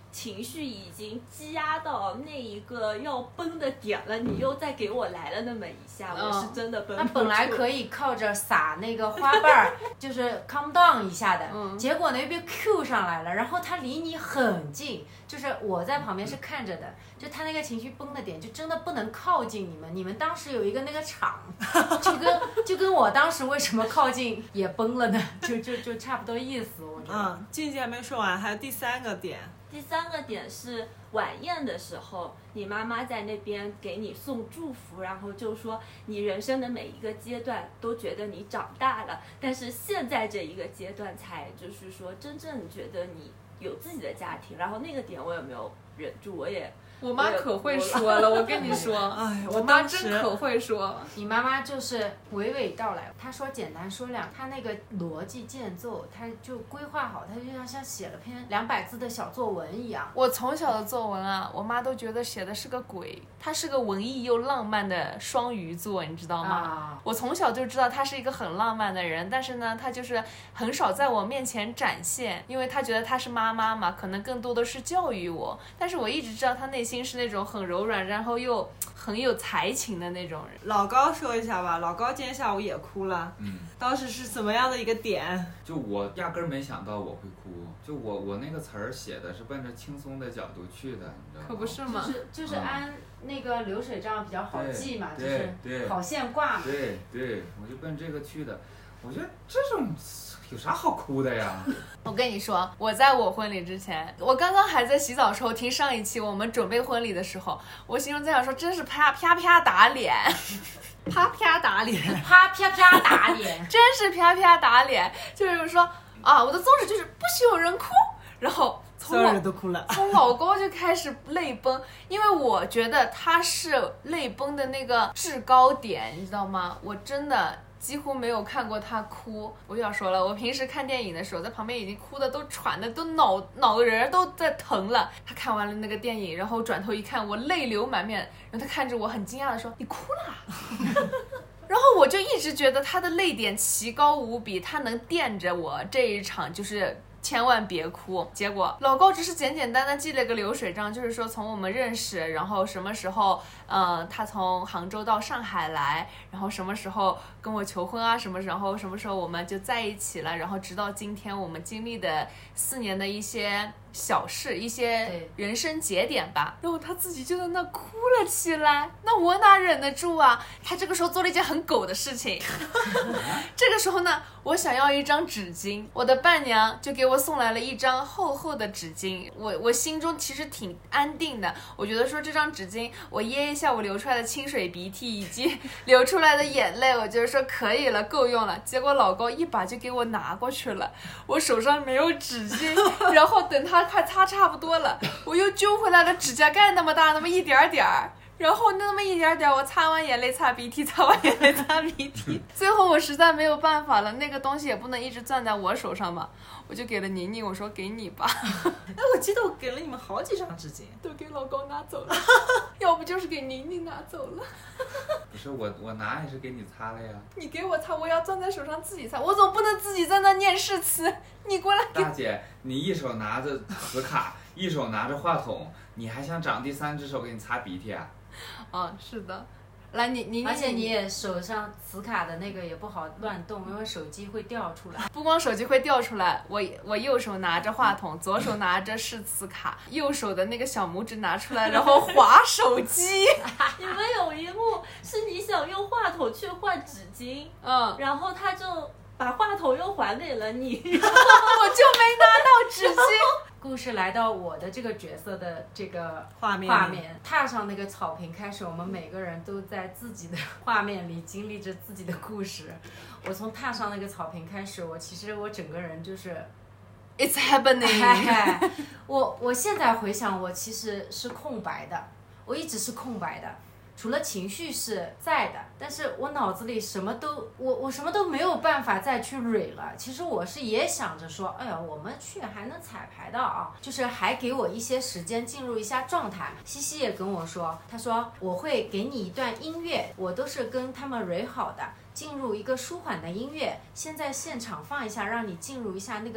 情绪已经积压到那一个要崩的点了，你又再给我来了那么一下，我是真的绷不住。 他本来可以靠着撒那个花瓣儿，就是 calm down 一下的，结果呢又被 Q 上来了，然后他离你很近，就是我在旁边是看着的，就他那个情绪崩的点，就真的不能靠近你们。你们当时有一个那个场，就跟我当时为什么靠近也崩了呢？就差不多意思，我觉得。 静静还没说完，还有第3个点。 第3个点是晚宴的时候，你妈妈在那边给你送祝福，然后就说你人生的每一个阶段都觉得你长大了，但是现在这一个阶段才就是说真正觉得你有自己的家庭。然后那个点我也没有忍住， 我妈可会说了，我跟你说， 哎， 我妈真可会说。 你妈妈就是娓娓道来，她说简单说两，她那个逻辑渐奏，她就规划好，她就像写了篇200字的小作文一样。 我从小的作文啊，我妈都觉得写的是个鬼，她是个文艺又浪漫的双鱼座，你知道吗？我从小就知道她是一个很浪漫的人，但是呢，她就是很少在我面前展现，因为她觉得她是妈妈嘛，可能更多的是教育我。但是我一直知道她内心是那种很柔软，然后又很有才情的那种人。 老高说一下吧，老高今天下午也哭了。当时是怎么样的一个点？ 就我压根儿没想到我会哭，就我那个词儿写的是奔着轻松的角度去的，你知道吗？ 可不是吗？ 就是按那个流水账比较好记嘛，就对是好现挂嘛。 对，我就奔这个去的。我觉得这种有啥好哭的呀？ 我跟你说，我在我婚礼之前，我刚刚还在洗澡的时候听上一期我们准备婚礼的时候，我心中在想说，真是啪啪啪打脸， 啪啪打脸， 啪啪啪打脸， 真是啪啪打脸。就是说啊，我的宗旨就是不许有人哭，然后所有人都哭了。 从老高就开始泪崩，因为我觉得他是泪崩的那个制高点，你知道吗？我真的几乎没有看过他哭。我就要说了，我平时看电影的时候，在旁边已经哭的都喘的都脑仁都在疼了。他看完了那个电影，然后转头一看，我泪流满面，然后他看着我很惊讶的说：“你哭了？”然后我就一直觉得他的泪点奇高无比，他能垫着我这一场就是千万别哭。结果老高只是简简单单记了个流水账，就是说从我们认识，然后什么时候他从杭州到上海来，然后什么时候跟我求婚啊，什么时候我们就在一起了，然后直到今天我们经历的4年的一些小事，一些人生节点吧。然后他自己就在那哭了起来，那我哪忍得住啊？他这个时候做了一件很狗的事情这个时候呢，我想要一张纸巾，我的伴娘就给我送来了一张厚厚的纸巾。我心中其实挺安定的，我觉得说这张纸巾我掖一下我流出来的清水鼻涕以及流出来的眼泪，我觉得说可以了，够用了。结果老高一把就给我拿过去了，我手上没有纸巾，然后等他快擦差不多了，我又揪回来了指甲盖那么大，那么一点点儿。然后那么一点点，我擦完眼泪擦鼻涕，擦完眼泪擦鼻涕，最后我实在没有办法了，那个东西也不能一直攥在我手上嘛，我就给了宁宁，我说给你吧。 哎，我记得我给了你们好几张纸巾， 都给老高拿走了，要不就是给宁宁拿走了。 不是我拿也是给你擦了呀。 你给我擦，我要攥在手上自己擦，我总不能自己在那念誓词。你过来给。 大姐，你一手拿着磁卡，一手拿着话筒，你还想长第3只手给你擦鼻涕啊？ 是的。来，你而且你也手上磁卡的那个也不好乱动，因为手机会掉出来。 不光手机会掉出来，我右手拿着话筒，左手拿着是磁卡，右手的那个小拇指拿出来，然后滑手机。 你们有一幕是你想用话筒去换纸巾，然后他就把话筒又还给了你，然后我就没拿到纸巾。 故事来到我的这个角色的这个画面， 踏上那个草坪开始，我们每个人都在自己的画面里经历着自己的故事。我从踏上那个草坪开始，其实我整个人就是 ，It's happening。 我现在回想，我其实是空白的，我一直是空白的。除了情绪是在的，但是我脑子里什么都我什么都没有办法再去蕊了。其实我是也想着说，哎呀，我们去还能彩排的啊，就是还给我一些时间进入一下状态。西西也跟我说，他说我会给你一段音乐，我都是跟他们蕊好的，进入一个舒缓的音乐，先在现场放一下，让你进入一下那个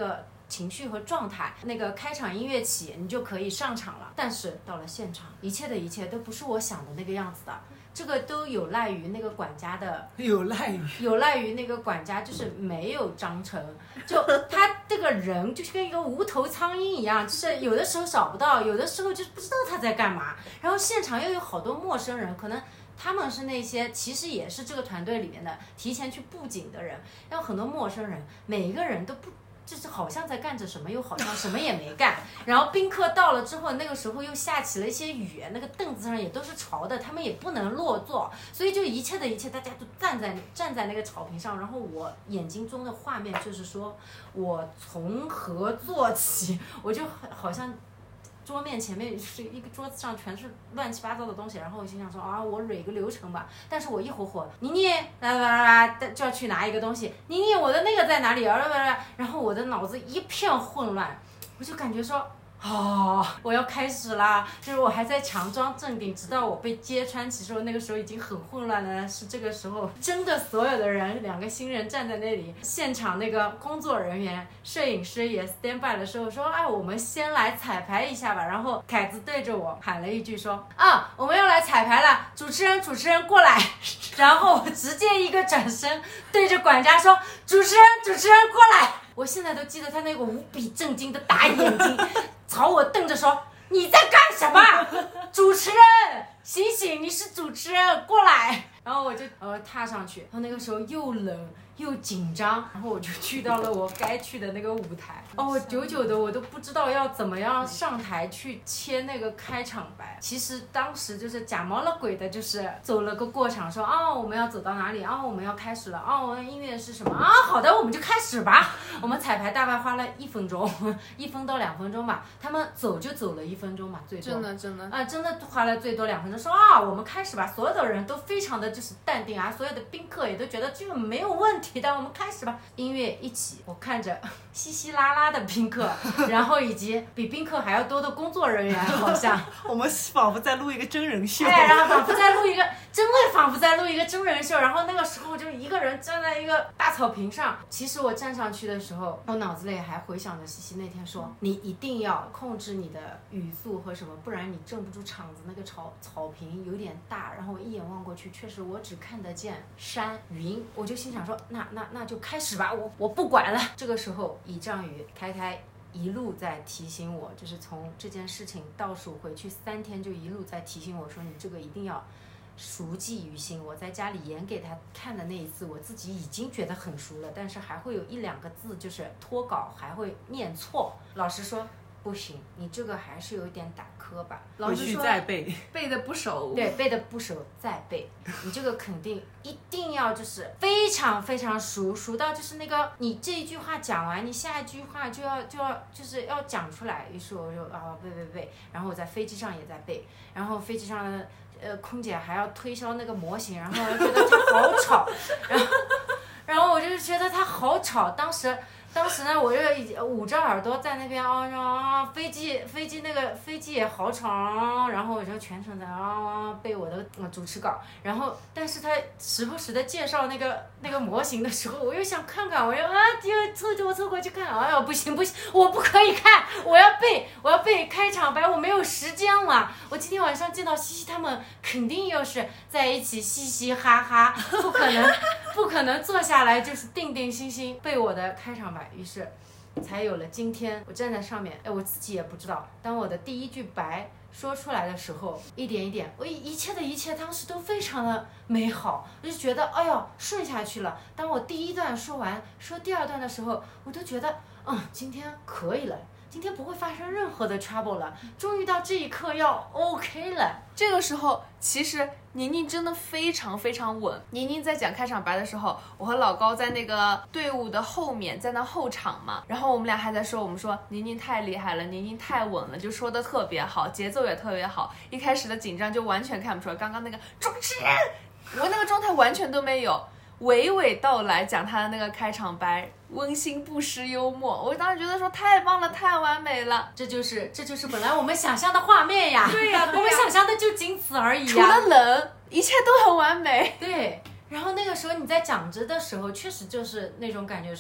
情绪和状态，那个开场音乐起，你就可以上场了。但是到了现场，一切的一切都不是我想的那个样子的。这个都有赖于那个管家的，有赖于那个管家，就是没有章程，就他这个人就是跟一个无头苍蝇一样，就是有的时候找不到，有的时候就不知道他在干嘛。然后现场又有好多陌生人，可能他们是那些其实也是这个团队里面的提前去布景的人，然后很多陌生人，每一个人都不。就是好像在干着什么，又好像什么也没干。然后宾客到了之后，那个时候又下起了一些雨，那个凳子上也都是潮的，他们也不能落座，所以就一切的一切，大家都站在那个草坪上。然后我眼睛中的画面就是说，我从何做起？我就好像。桌面前面是一个桌子上全是乱七八糟的东西，然后我心想说啊，我蕊个流程吧。但是我一会儿妮妮就要去拿一个东西，妮妮我的那个在哪里？然后我的脑子一片混乱，我就感觉说。我要开始啦！就是我还在强装镇定，直到我被揭穿。其实我那个时候已经很混乱了。是这个时候，真的所有的人，2个新人站在那里，现场那个工作人员、摄影师也 stand by 的时候说：“哎，我们先来彩排一下吧。”然后凯子对着我喊了一句说：“啊，我们要来彩排了，主持人过来。”然后我直接一个转身对着管家说：“主持人过来。”我现在都记得他那个无比震惊的大眼睛。朝我瞪着说：“你在干什么？主持人，醒醒！你是主持人，过来！”然后我就踏上去，然后那个时候又冷又紧张，然后我就去到了我该去的那个舞台。久久的我都不知道要怎么样上台去切那个开场白。其实当时就是假毛了鬼的，就是走了个过场，说我们要走到哪里我们要开始了我们音乐是什么好的，我们就开始吧。我们彩排大概花了1分钟，1分到2分钟吧。他们走就走了1分钟吧，最多。真的花了最多2分钟。说我们开始吧。所有的人都非常的就是淡定所有的宾客也都觉得这个没有问题的，我们开始吧。音乐一起，我看着稀稀拉拉的宾客，然后以及比宾客还要多的工作人员，好像我们仿佛在录一个真人秀。 然后仿佛在录一个真人秀。然后那个时候就一个人站在一个大草坪上。其实我站上去的时候，我脑子里还回想着西西那天说，你一定要控制你的语速和什么，不然你镇不住场子。那个草坪有点大，然后我一眼望过去，确实我只看得见山云。我就心想说，那就开始吧，我不管了。这个时候倚仗于开一路在提醒我，就是从这件事情倒数回去3天，就一路在提醒我说，你这个一定要熟记于心。我在家里演给他看的那一次，我自己已经觉得很熟了，但是还会有1-2个字就是脱稿，还会念错。老师说不行，你这个还是有点打磕吧。 老师说再背的不熟。 对，背的不熟再背。你这个肯定一定要就是非常非常熟到就是那个你这一句话讲完，你下一句话就要就是要讲出来。于是我就背，然后我在飞机上也在背，然后飞机上的空姐还要推销那个模型，然后我就觉得它好吵，然后我就觉得它好吵。当时呢，我就捂着耳朵在那边飞机也好吵，然后我就全程在背我的主持稿。然后，但是他时不时的介绍那个模型的时候，我又想看看，我又凑过去看，不行，我不可以看，我要背开场白，我没有时间了。我今天晚上见到西西他们，肯定又是在一起嘻嘻哈哈，不可能坐下来就是定定心心背我的开场白。于是才有了今天我站在上面，我自己也不知道，当我的第一句白说出来的时候，一点一点，我一切的一切当时都非常的美好，我就觉得顺下去了。当我第1段说完，说第2段的时候，我都觉得今天可以了，今天不会发生任何的 trouble 了，终于到这一刻要 OK 了。 这个时候其实宁宁真的非常非常稳。宁宁在讲开场白的时候，我和老高在那个队伍的后面，在那后场嘛，然后我们俩还在说，我们说宁宁太厉害了，宁宁太稳了，就说的特别好，节奏也特别好。一开始的紧张就完全看不出来，刚刚那个主持人，我那个状态完全都没有。娓娓道来讲他的那个开场白，温馨不失幽默，我当时觉得说太棒了，太完美了。 这就是本来我们想象的画面呀。 对呀， 我们想象的就仅此而已呀。 除了冷，一切都很完美。 对，然后那个时候你在讲着的时候，确实就是那种感觉说，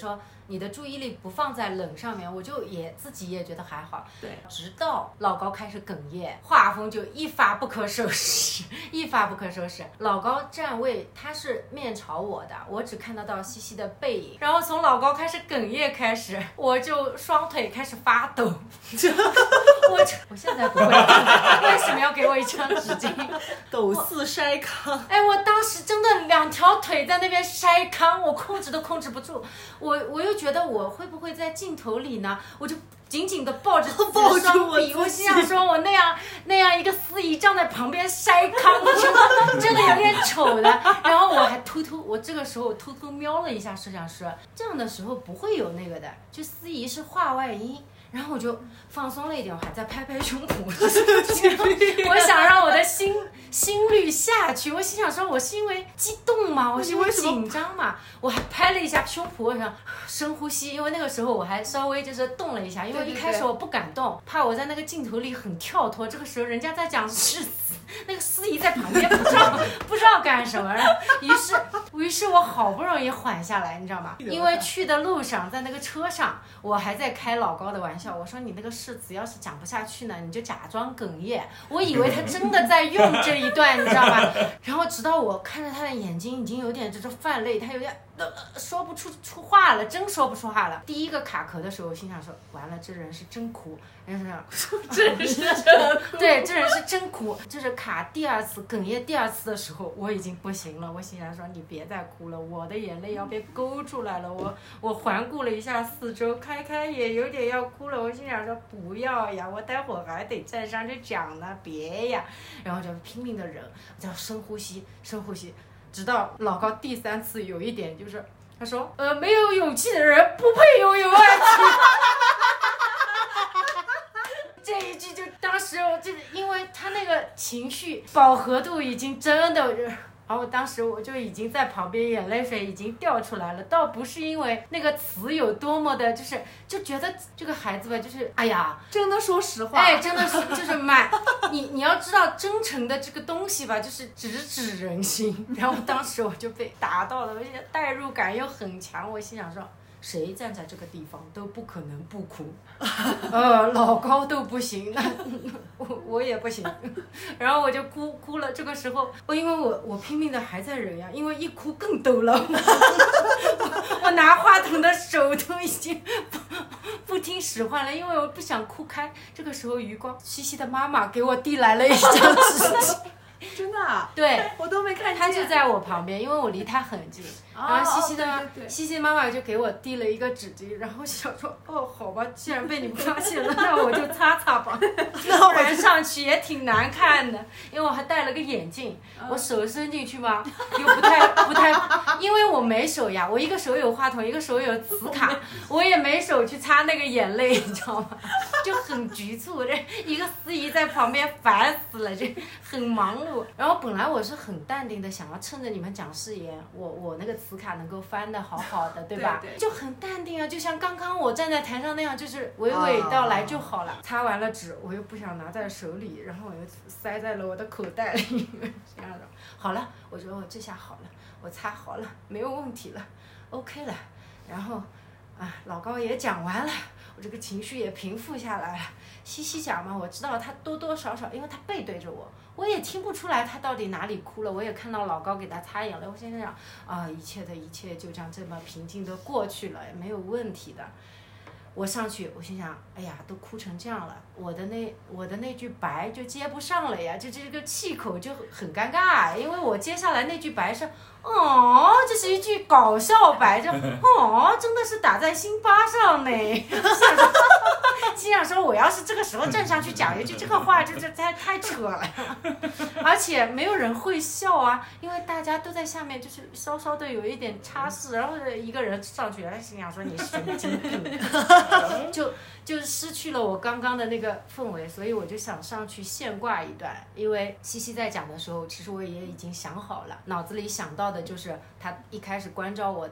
你的注意力不放在冷上面，我就自己也觉得还好。 对， 直到老高开始哽咽，画风就一发不可收拾，一发不可收拾。老高站位他是面朝我的，我只看得到西西的背影。然后从老高开始哽咽开始，我就双腿开始发抖。我现在不会，为什么要给我一张纸巾？ 抖似筛糠。 哎，我当时真的2条腿在那边筛糠，我控制都控制不住。我又觉得我会不会在镜头里呢？我就紧紧的抱着自己的双臂，我心想说我那样一个司仪站在旁边筛糠，真的有点丑的。然后我还我这个时候偷偷瞄了一下摄像师，这样的时候不会有那个的，就司仪是话外音。然后我就放松了一点，我还在拍胸脯，我想让我的心率下去。我心想说，我是因为激动嘛，我是因为紧张嘛，我还拍了一下胸脯，我想深呼吸，因为那个时候我还稍微就是动了一下，因为一开始我不敢动，怕我在那个镜头里很跳脱。这个时候人家在讲誓词，那个司仪在旁边不知道干什么，于是我好不容易缓下来，你知道吗？因为去的路上，在那个车上，我还在开老高的玩笑，我说你那个誓词要是讲不下去呢，你就假装哽咽。我以为他真的在用这一段，你知道吗？然后直到我看着他的眼睛已经有点就是泛泪，他有点说不出话了，真说不出话了。第一个卡壳的时候，我心想说完了，这人是真哭。然后这人是真哭。 对，这人是真哭。就是卡第二次哽咽第二次的时候，我已经不行了。我心想说你别再哭了，我的眼泪要被勾出来了。我环顾了一下四周，开也有点要哭了。我心想说不要呀，我待会儿还得站上去讲呢，别呀。然后就拼命的忍，我叫深呼吸，直到老高第3次有一点就是他说没有勇气的人不配拥有爱情。这一句就当时我就因为他那个情绪饱和度已经真的然后当时我就已经在旁边，眼泪水已经掉出来了，倒不是因为那个词有多么的，就觉得这个孩子吧，就是哎呀， 真的说实话， 哎，真的是就是你要知道真诚的这个东西吧，就是直人心。然后当时我就被打到了，而且代入感又很强，我心想说。谁站在这个地方都不可能不哭，老高都不行，那我也不行，然后我就哭了。这个时候，因为我拼命的还在忍呀，因为一哭更抖了，我拿话筒的手都已经不听使唤了，因为我不想哭开。这个时候，余光西西的妈妈给我递来了一张纸巾。 真的啊？ 对， 我都没看见。 他就在我旁边，因为我离他很近。然后西西妈妈就给我递了一个纸巾，然后想说，好吧，既然被你们发现了，那我就擦擦吧。不然上去也挺难看的，因为我还戴了个眼镜，我手伸进去嘛，又不太，因为我没手呀，我一个手有话筒，一个手有磁卡，我也没手去擦那个眼泪，你知道吗？就很局促，这一个司仪在旁边烦死了，这很忙碌。然后本来我是很淡定的，想要趁着你们讲誓言，我那个磁卡能够翻得好好的，对吧？ 对， 就很淡定啊，就像刚刚我站在台上那样，就是娓娓道来就好了。擦完了纸，我又不想拿在手里，然后我又塞在了我的口袋里。这样的，好了，我说这下好了，我擦好了，没有问题了 ，OK 了。然后老高也讲完了。我这个情绪也平复下来了，西西讲嘛，我知道他多多少少，因为他背对着我也听不出来他到底哪里哭了。我也看到老高给他擦眼泪，我现在想一切的一切就这样这么平静的过去了，也没有问题的。我上去，我心想，哎呀，都哭成这样了，我的那句白就接不上了呀，就这个气口就很尴尬，因为我接下来那句白是，这是一句搞笑白，就真的是打在心巴上呢。心想说，我要是这个时候站上去讲一句这个话，这太扯了，而且没有人会笑啊，因为大家都在下面，就是稍稍的有一点擦拭，然后一个人上去，心想说你神经病，就失去了我刚刚的那个氛围，所以我就想上去现挂一段。因为西西在讲的时候，其实我也已经想好了，脑子里想到的就是他一开始关照我的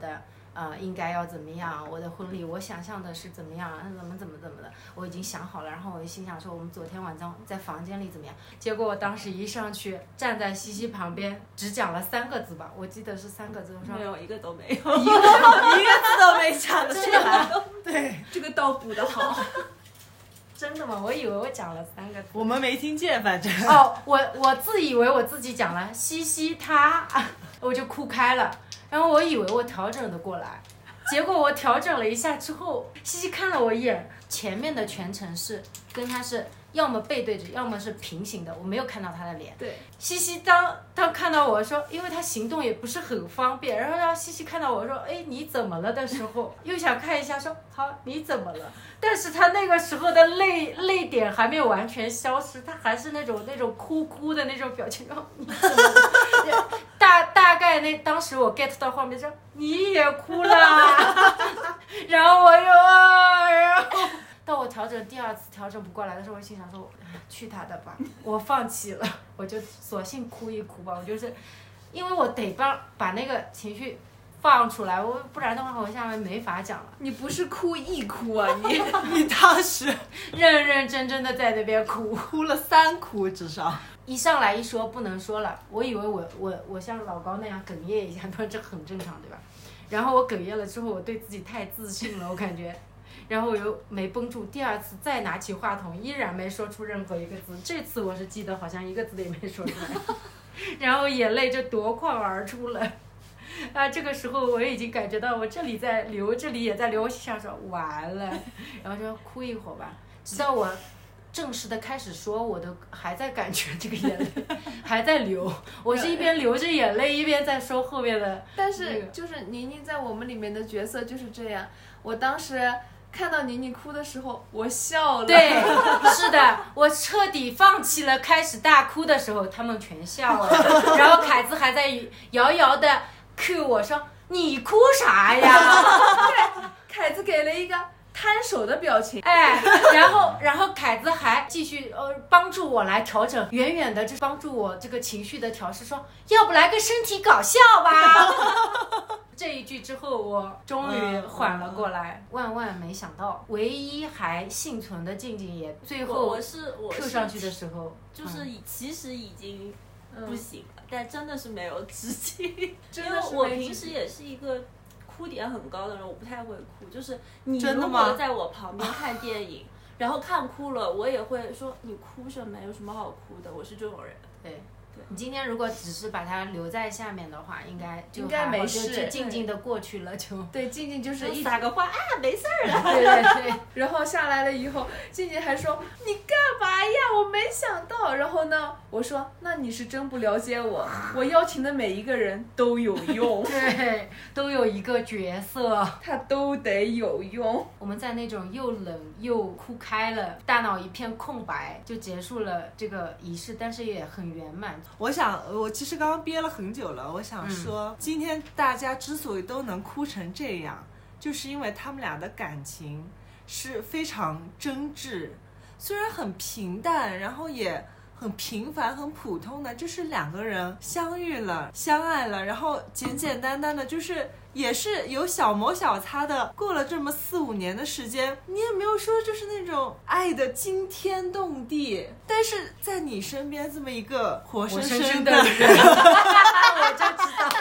应该要怎么样，我的婚礼我想象的是怎么样，怎么的，我已经想好了。然后我就心想说，我们昨天晚上在房间里怎么样？结果我当时一上去，站在西西旁边，只讲了3个字吧，我记得是3个字。我说没有一个都没有， 一个字都没讲得出来。 对，这个倒补的好。 真的吗？我以为我讲了3个字。 我们没听见，反正。 哦，我自以为我自己讲了西西他，我就哭开了。然后我以为我调整的过来，结果我调整了一下之后，西西看了我一眼，前面的全程是跟他是要么背对着，要么是平行的，我没有看到他的脸。 对， 西西当看到我说，因为他行动也不是很方便，然后让西西看到我说，哎，你怎么了的时候，又想看一下说，好，你怎么了？但是他那个时候的泪点还没有完全消失，他还是那种哭的那种表情。你怎么了？大概当时我 get 到画面说你也哭了，然后我又然后到我调整第2次调整不过来的时候，我心想说去他的吧，我放弃了，我就索性哭一哭吧。我就是因为我得把那个情绪放出来，不然的话我下面没法讲了。 你不是哭一哭啊， 你当时认真的在那边哭了3哭至少。 一上来一说不能说了，我以为我像老高那样哽咽一下，这很正常对吧？然后我哽咽了之后，我对自己太自信了，我感觉，然后我又没绷住，第2次再拿起话筒，依然没说出任何一个字。这次我是记得好像一个字也没说出来，然后眼泪就夺眶而出了。这个时候我已经感觉到我这里在流，这里也在流，我想说完了，然后就哭一会儿吧，直到我正式的开始说，我都还在感觉这个眼泪还在流，我是一边流着眼泪一边在说后面的。 但是就是宁宁在我们里面的角色就是这样，我当时看到宁宁哭的时候，我笑了。 对，是的，我彻底放弃了开始大哭的时候，他们全笑了，然后凯子还在遥遥的 cue 我说你哭啥呀？ 对，凯子给了一个摊手的表情， 哎，然后凯子还继续帮助我来调整，远远的就帮助我这个情绪的调试，说要不来个身体搞笑吧。这一句之后，我终于缓了过来。万万没想到，唯一还幸存的静静也最后我是 Q 上去的时候， 就是其实已经不行了，但真的是没有止境。 真的是因为我平时也是一个哭点很高的人，我不太会哭。就是你如真的吗果在我旁边看电影，然后看哭了，我也会说你哭什么？有什么好哭的？我是这种人。 对。你今天如果只是把它留在下面的话，应该没事， 就静静的过去了，就对，静静就是一撒个花啊，没事儿了。 对。 然后下来了以后，静静还说你干嘛呀？我没想到。然后呢，我说那你是真不了解我，我邀请的每一个人都有用， 对，都有一个角色， 他都得有用。 我们在那种又冷又哭开了，大脑一片空白，就结束了这个仪式，但是也很圆满。 我其实刚刚憋了很久了，我想说，今天大家之所以都能哭成这样，就是因为他们俩的感情是非常真挚，虽然很平淡，然后也很平凡很普通的，就是2个人相遇了相爱了，然后简简单单的，就是也是有小磨小擦的，过了这么4、5年的时间，你也没有说就是那种爱的惊天动地，但是在你身边这么一个活生生的人我就知道。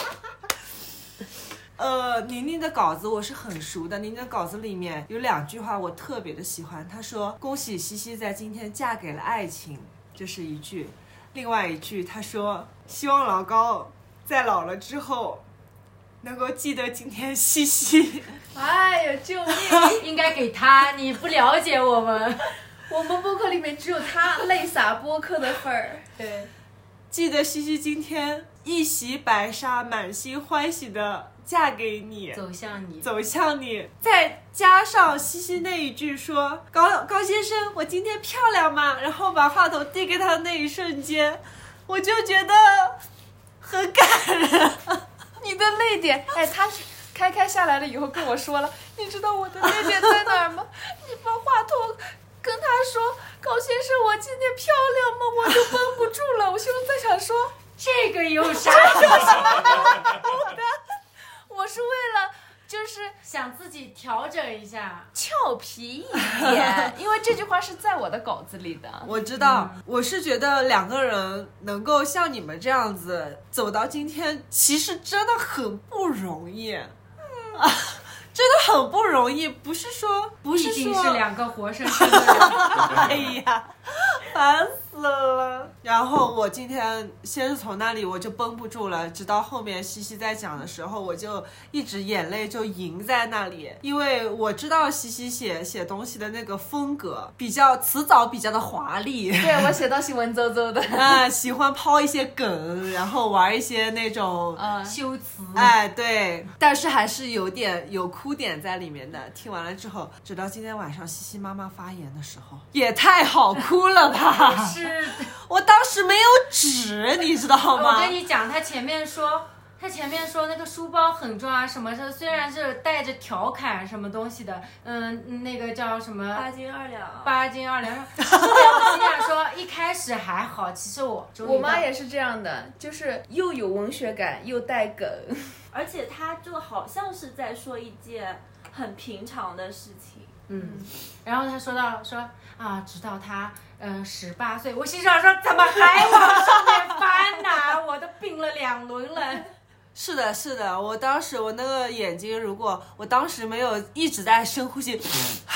宁宁的稿子我是很熟的，宁宁的稿子里面有2句话我特别的喜欢，他说恭喜西西在今天嫁给了爱情，这是一句，另外一句他说希望老高在老了之后能够记得今天西西。 哎呀，救命！ 应该给他，你不了解我们， 我们播客里面只有他泪洒播客的份儿。 对， 记得西西今天一袭白纱，满心欢喜的嫁给你，走向你，再加上西西那一句说高先生我今天漂亮吗，然后把话筒递给他的那一瞬间，我就觉得很感人。 你的泪点，哎，他是开下来了以后跟我说了，你知道我的泪点在哪儿吗？你把话筒跟他说高先生我今天漂亮吗，我就绷不住了，我心中在想说这个有啥我是为了是想自己调整一下， 俏皮一点，因为这句话是在我的稿子里的。 我知道，我是觉得两个人能够像你们这样子走到今天，其实真的很不容易。真的很不容易，不是说毕竟是两个活生生的人。 哎呀，烦死了。然后我今天先是从那里我就绷不住了，直到后面西西在讲的时候，我就一直眼泪就盈在那里，因为我知道西西写东西的那个风格比较词藻比较的华丽， 对，我写到喜文绉绉的啊，喜欢抛一些梗，然后玩一些那种修辞， 哎，对，但是还是有哭点在里面的。听完了之后，直到今天晚上西西妈妈发言的时候，也太好哭了吧！ 是， 我当时没有纸，你知道吗？ 我跟你讲，他前面说那个书包很重啊，什么的，虽然是带着调侃什么东西的，那个叫什么 8斤2两， 我心想说一开始还好，其实我妈也是这样的，就是又有文学感又带梗， 而且他就好像是在说一件很平常的事情。 然后他说啊，直到他18岁，我心想说怎么还往上面翻呢？我都病了2轮了。 是的，我当时我那个眼睛，如果我当时没有一直在深呼吸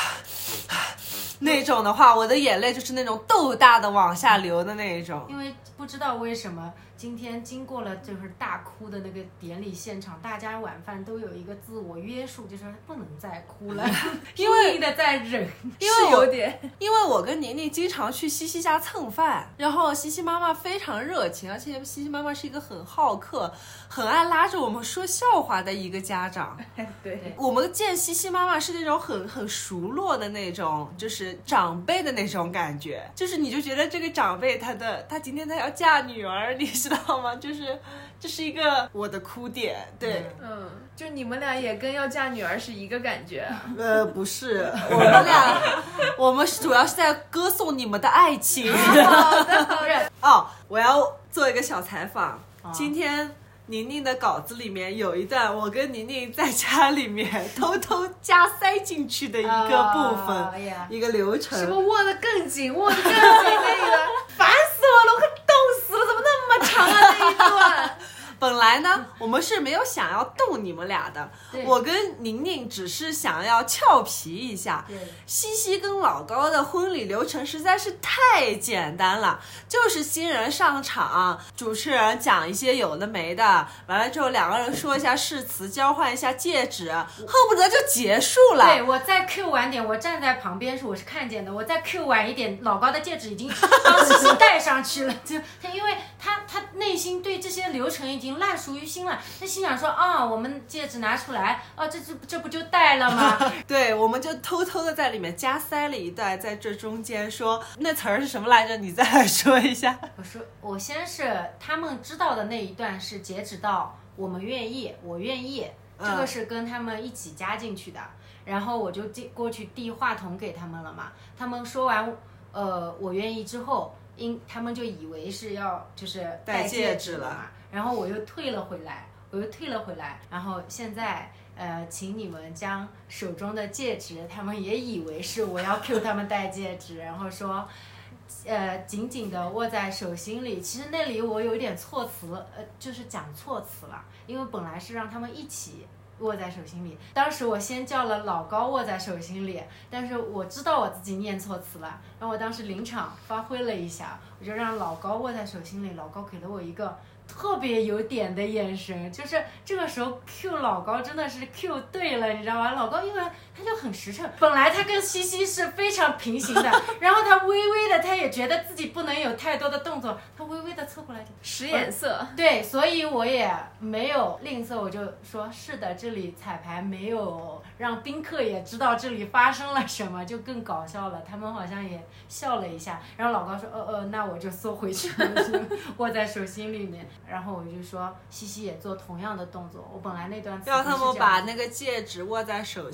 那种的话，我的眼泪就是那种豆大的往下流的那一种。 因为不知道为什么今天经过了就是大哭的那个典礼现场，大家晚饭都有一个自我约束，就是不能再哭了，拼命的在忍， 因为我跟宁宁经常去西西家蹭饭，然后西西妈妈非常热情，而且西西妈妈是一个很好客、很爱拉着我们说笑话的一个家长。 对， 我们见西西妈妈是那种很熟络的那种，就是长辈的那种感觉，就是你就觉得这个长辈他今天他要嫁女儿，你知道吗？就是这是一个我的哭点。对， 就你们俩也跟要嫁女儿是一个感觉。 不是，我们主要是在歌颂你们的爱情。 好的。 我要做一个小采访。今天宁宁的稿子里面有一段我跟宁宁在家里面偷偷加塞进去的一个部分，一个流程。 是不是握得更紧那个？烦死我了，我快冻死了，怎么那么长啊这一段？ 本来呢，我们是没有想要动你们俩的，我跟宁宁只是想要俏皮一下。西西跟老高的婚礼流程实在是太简单了，就是新人上场，主持人讲一些有的没的，完了之后两个人说一下誓词，交换一下戒指，恨不得就结束了。 对，我再 Q 晚点，我站在旁边时我是看见的，我再 Q 晚一点，老高的戒指已经帮西西戴上去了，因为他内心对这些流程已经烂熟于心了，他心想说我们戒指拿出来，这不就戴了吗？ 对，我们就偷偷的在里面加塞了一段，在这中间说那词儿是什么来着？你再来说一下。 我先是他们知道的那一段是截止到我们愿意，我愿意，这个是跟他们一起加进去的，然后我就过去递话筒给他们了嘛。他们说完我愿意之后，他们就以为是要就是戴戒指了嘛，然后我又退了回来，然后现在请你们将手中的戒指，他们也以为是我要 Q 他们戴戒指，然后说紧紧的握在手心里。其实那里我有一点措辞，就是讲错词了，因为本来是让他们一起握在手心里，当时我先叫了老高握在手心里，但是我知道我自己念错词了，然后我当时临场发挥了一下，我就让老高握在手心里，老高给了我一个特别有点的眼神，就是这个时候 Q 老高真的是 Q 对了，你知道吗？老高因为他就很实诚，本来他跟西西是非常平行的，然后他微微的，他也觉得自己不能有太多的动作，他微微的凑过来就使眼色。 对，所以我也没有吝啬，我就说是的，这里彩排没有让宾客也知道这里发生了什么，就更搞笑了，他们好像也笑了一下，然后老高说那我就缩回去了，就握在手心里面。然后我就说西西也做同样的动作，我本来那段词要他们把那个戒指握在手心，还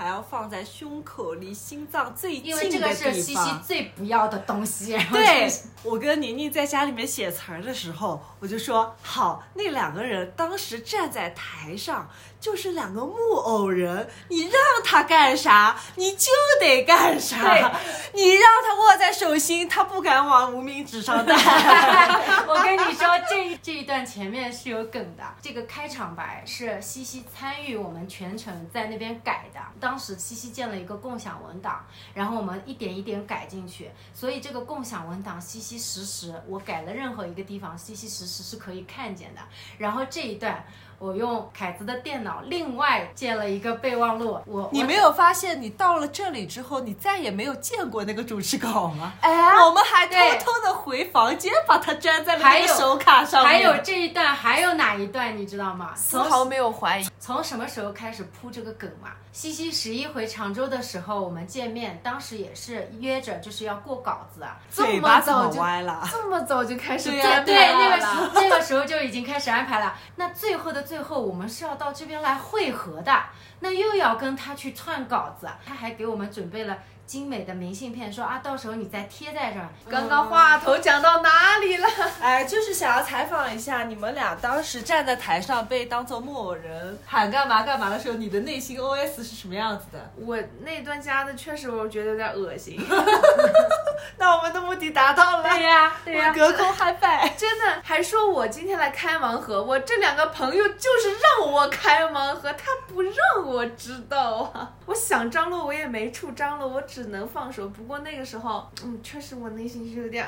要放在胸口离心脏最近因的地方。 为这个是西西最不要的东西。然后对，我跟宁宁在家里面写词儿的时候，我就说好，那两个人当时站在台上就是两个木偶人，你让他干啥你就得干啥，你让他握在手心，他不敢往无名指上戴。 我跟你说，这一段前面是有梗的。这个开场白是西西参与我们全程在那边改的。当时西西建了一个共享文档，然后我们一点一点改进去，所以这个共享文档西西实时，我改了任何一个地方，西西实时是可以看见的。然后这一段我用凯子的电脑另外建了一个备忘录。 你没有发现你到了这里之后，你再也没有见过那个主持稿吗？ 哎， 我们还偷偷的回房间把它粘在了那个手卡上面。 还有这一段，还有哪一段你知道吗？ 丝毫没有怀疑。 从什么时候开始铺这个梗嘛？西西11回常州的时候，我们见面，当时也是约着就是要过稿子啊， 嘴巴怎么歪了？ 这么早就开始安排了。那个时候就已经开始安排了。那最后的最后，我们是要到这边来汇合的，那又要跟他去串稿子，他还给我们准备了精美的明信片，说啊，到时候你再贴在这儿。 刚刚话头讲到哪里了？ 哎，就是想要采访一下你们俩当时站在台上被当做木偶人喊干嘛干嘛的时候，你的内心 OS 是什么样子的？ 我那段加的确实我觉得有点恶心。 那我们的目的达到了。 对呀，对呀， 隔空嗨拜。 真的，还说我今天来开盲盒，我这两个朋友就是让我开盲盒，他不让我知道啊。我想张罗我也没处张罗，我只能放手。不过那个时候，确实我内心是有点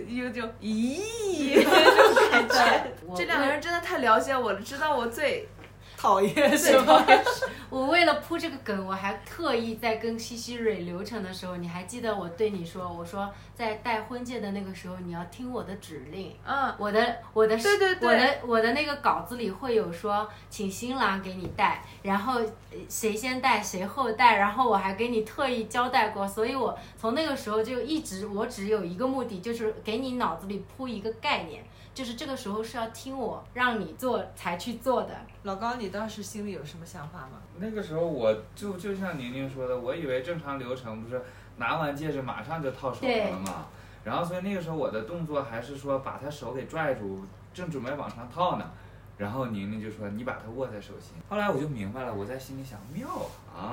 咦那种感觉。这两个人真的太了解我了，知道我最讨厌什么？ 我为了铺这个梗，我还特意在跟西西蕊流程的时候，你还记得我对你说，我说在戴婚戒的那个时候，你要听我的指令。我的对我的那个稿子里会有说，请新郎给你戴，然后谁先戴谁后戴，然后我还给你特意交代过，所以我从那个时候就一直我只有一个目的，就是给你脑子里铺一个概念。就是这个时候是要听我让你做才去做的。 老高，你当时心里有什么想法吗？ 那个时候我就像宁宁说的，我以为正常流程不是拿完戒指马上就套手上了嘛，然后所以那个时候我的动作还是说把他手给拽住，正准备往上套呢，然后宁宁就说你把它握在手心。后来我就明白了，我在心里想妙啊。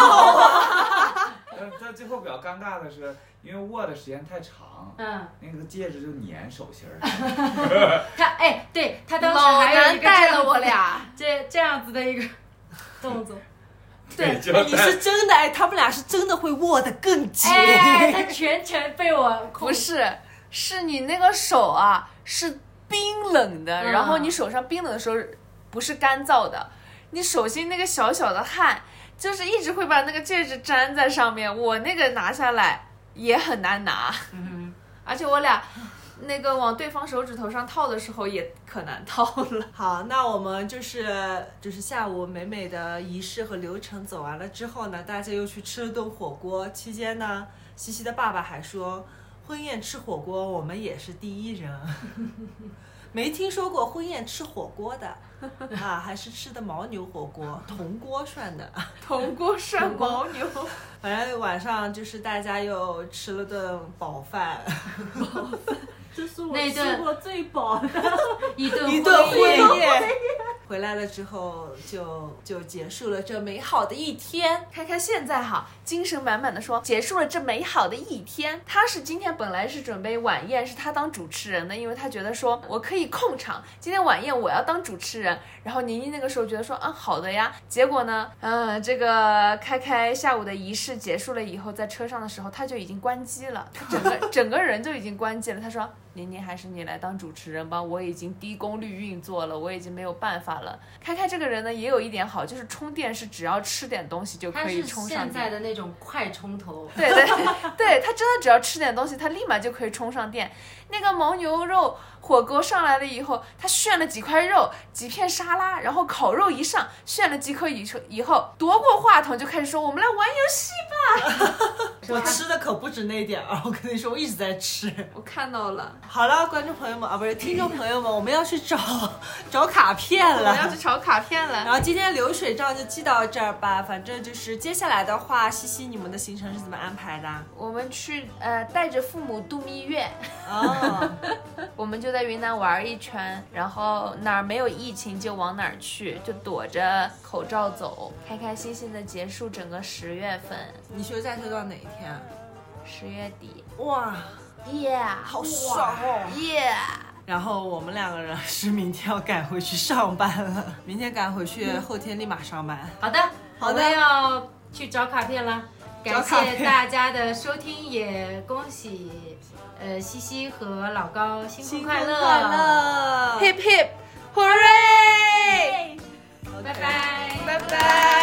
但最后比较尴尬的是，因为握的时间太长，那个戒指就粘手心儿。 对他当时还有一个带了我俩这样子的一个动作。 对， 你是真的他们俩是真的会握得更紧。 他全程被我不是你那个手啊是冰冷的，然后你手上冰冷的时候不是干燥的，你手心那个小小的汗就是一直会把那个戒指粘在上面，我那个拿下来也很难拿，而且我俩那个往对方手指头上套的时候也可难套了。 好，那我们就是下午美美的仪式和流程走完了之后呢，大家又去吃了顿火锅。期间呢，西西的爸爸还说，婚宴吃火锅我们也是第一人。没听说过婚宴吃火锅的啊，还是吃的牦牛火锅，铜锅涮的， 铜锅涮牦牛。 反正晚上就是大家又吃了顿饱饭。 这是我吃过最饱的一顿婚宴。回来了之后就结束了这美好的一天。 开开现在精神满满的说结束了这美好的一天。他是今天本来是准备晚宴是他当主持人的，因为他觉得说我可以控场，今天晚宴我要当主持人。然后宁宁那个时候觉得说好的呀。结果呢这个开开下午的仪式结束了以后，在车上的时候他就已经关机了，整个人就已经关机了。他说宁宁还是你来当主持人吧，我已经低功率运作了，我已经没有办法了。开开这个人呢也有一点好，就是充电是只要吃点东西就可以充上电。 他是现在的那种快充头。 对，他真的只要吃点东西他立马就可以充上电。 那个牦牛肉火锅上来了以后，他炫了几块肉，几片沙拉，然后烤肉一上，炫了几口以后，夺过话筒就开始说：“我们来玩游戏吧。” 我吃的可不止那点儿，我跟你说，我一直在吃。 我看到了。 好了，观众朋友们啊，不是听众朋友们，我们要去找卡片了。 我们要去找卡片了。 然后今天流水账就记到这儿吧，反正就是接下来的话，西西你们的行程是怎么安排的？ 我们去带着父母度蜜月。 哦， 我们就在云南玩一圈，然后哪儿没有疫情就往哪儿去，就躲着口罩走，开开心心的结束整个10月份。 你休假休到哪一天啊 ？10月底。 哇 ，Yeah， 好爽哦 ，Yeah。 然后我们2个人是明天要赶回去上班了，明天赶回去，后天立马上班。 好的，我们要去找卡片了。感谢大家的收听，也恭喜西西和老高新婚快乐 ，Hip Hip Hooray！ 拜拜， 拜拜。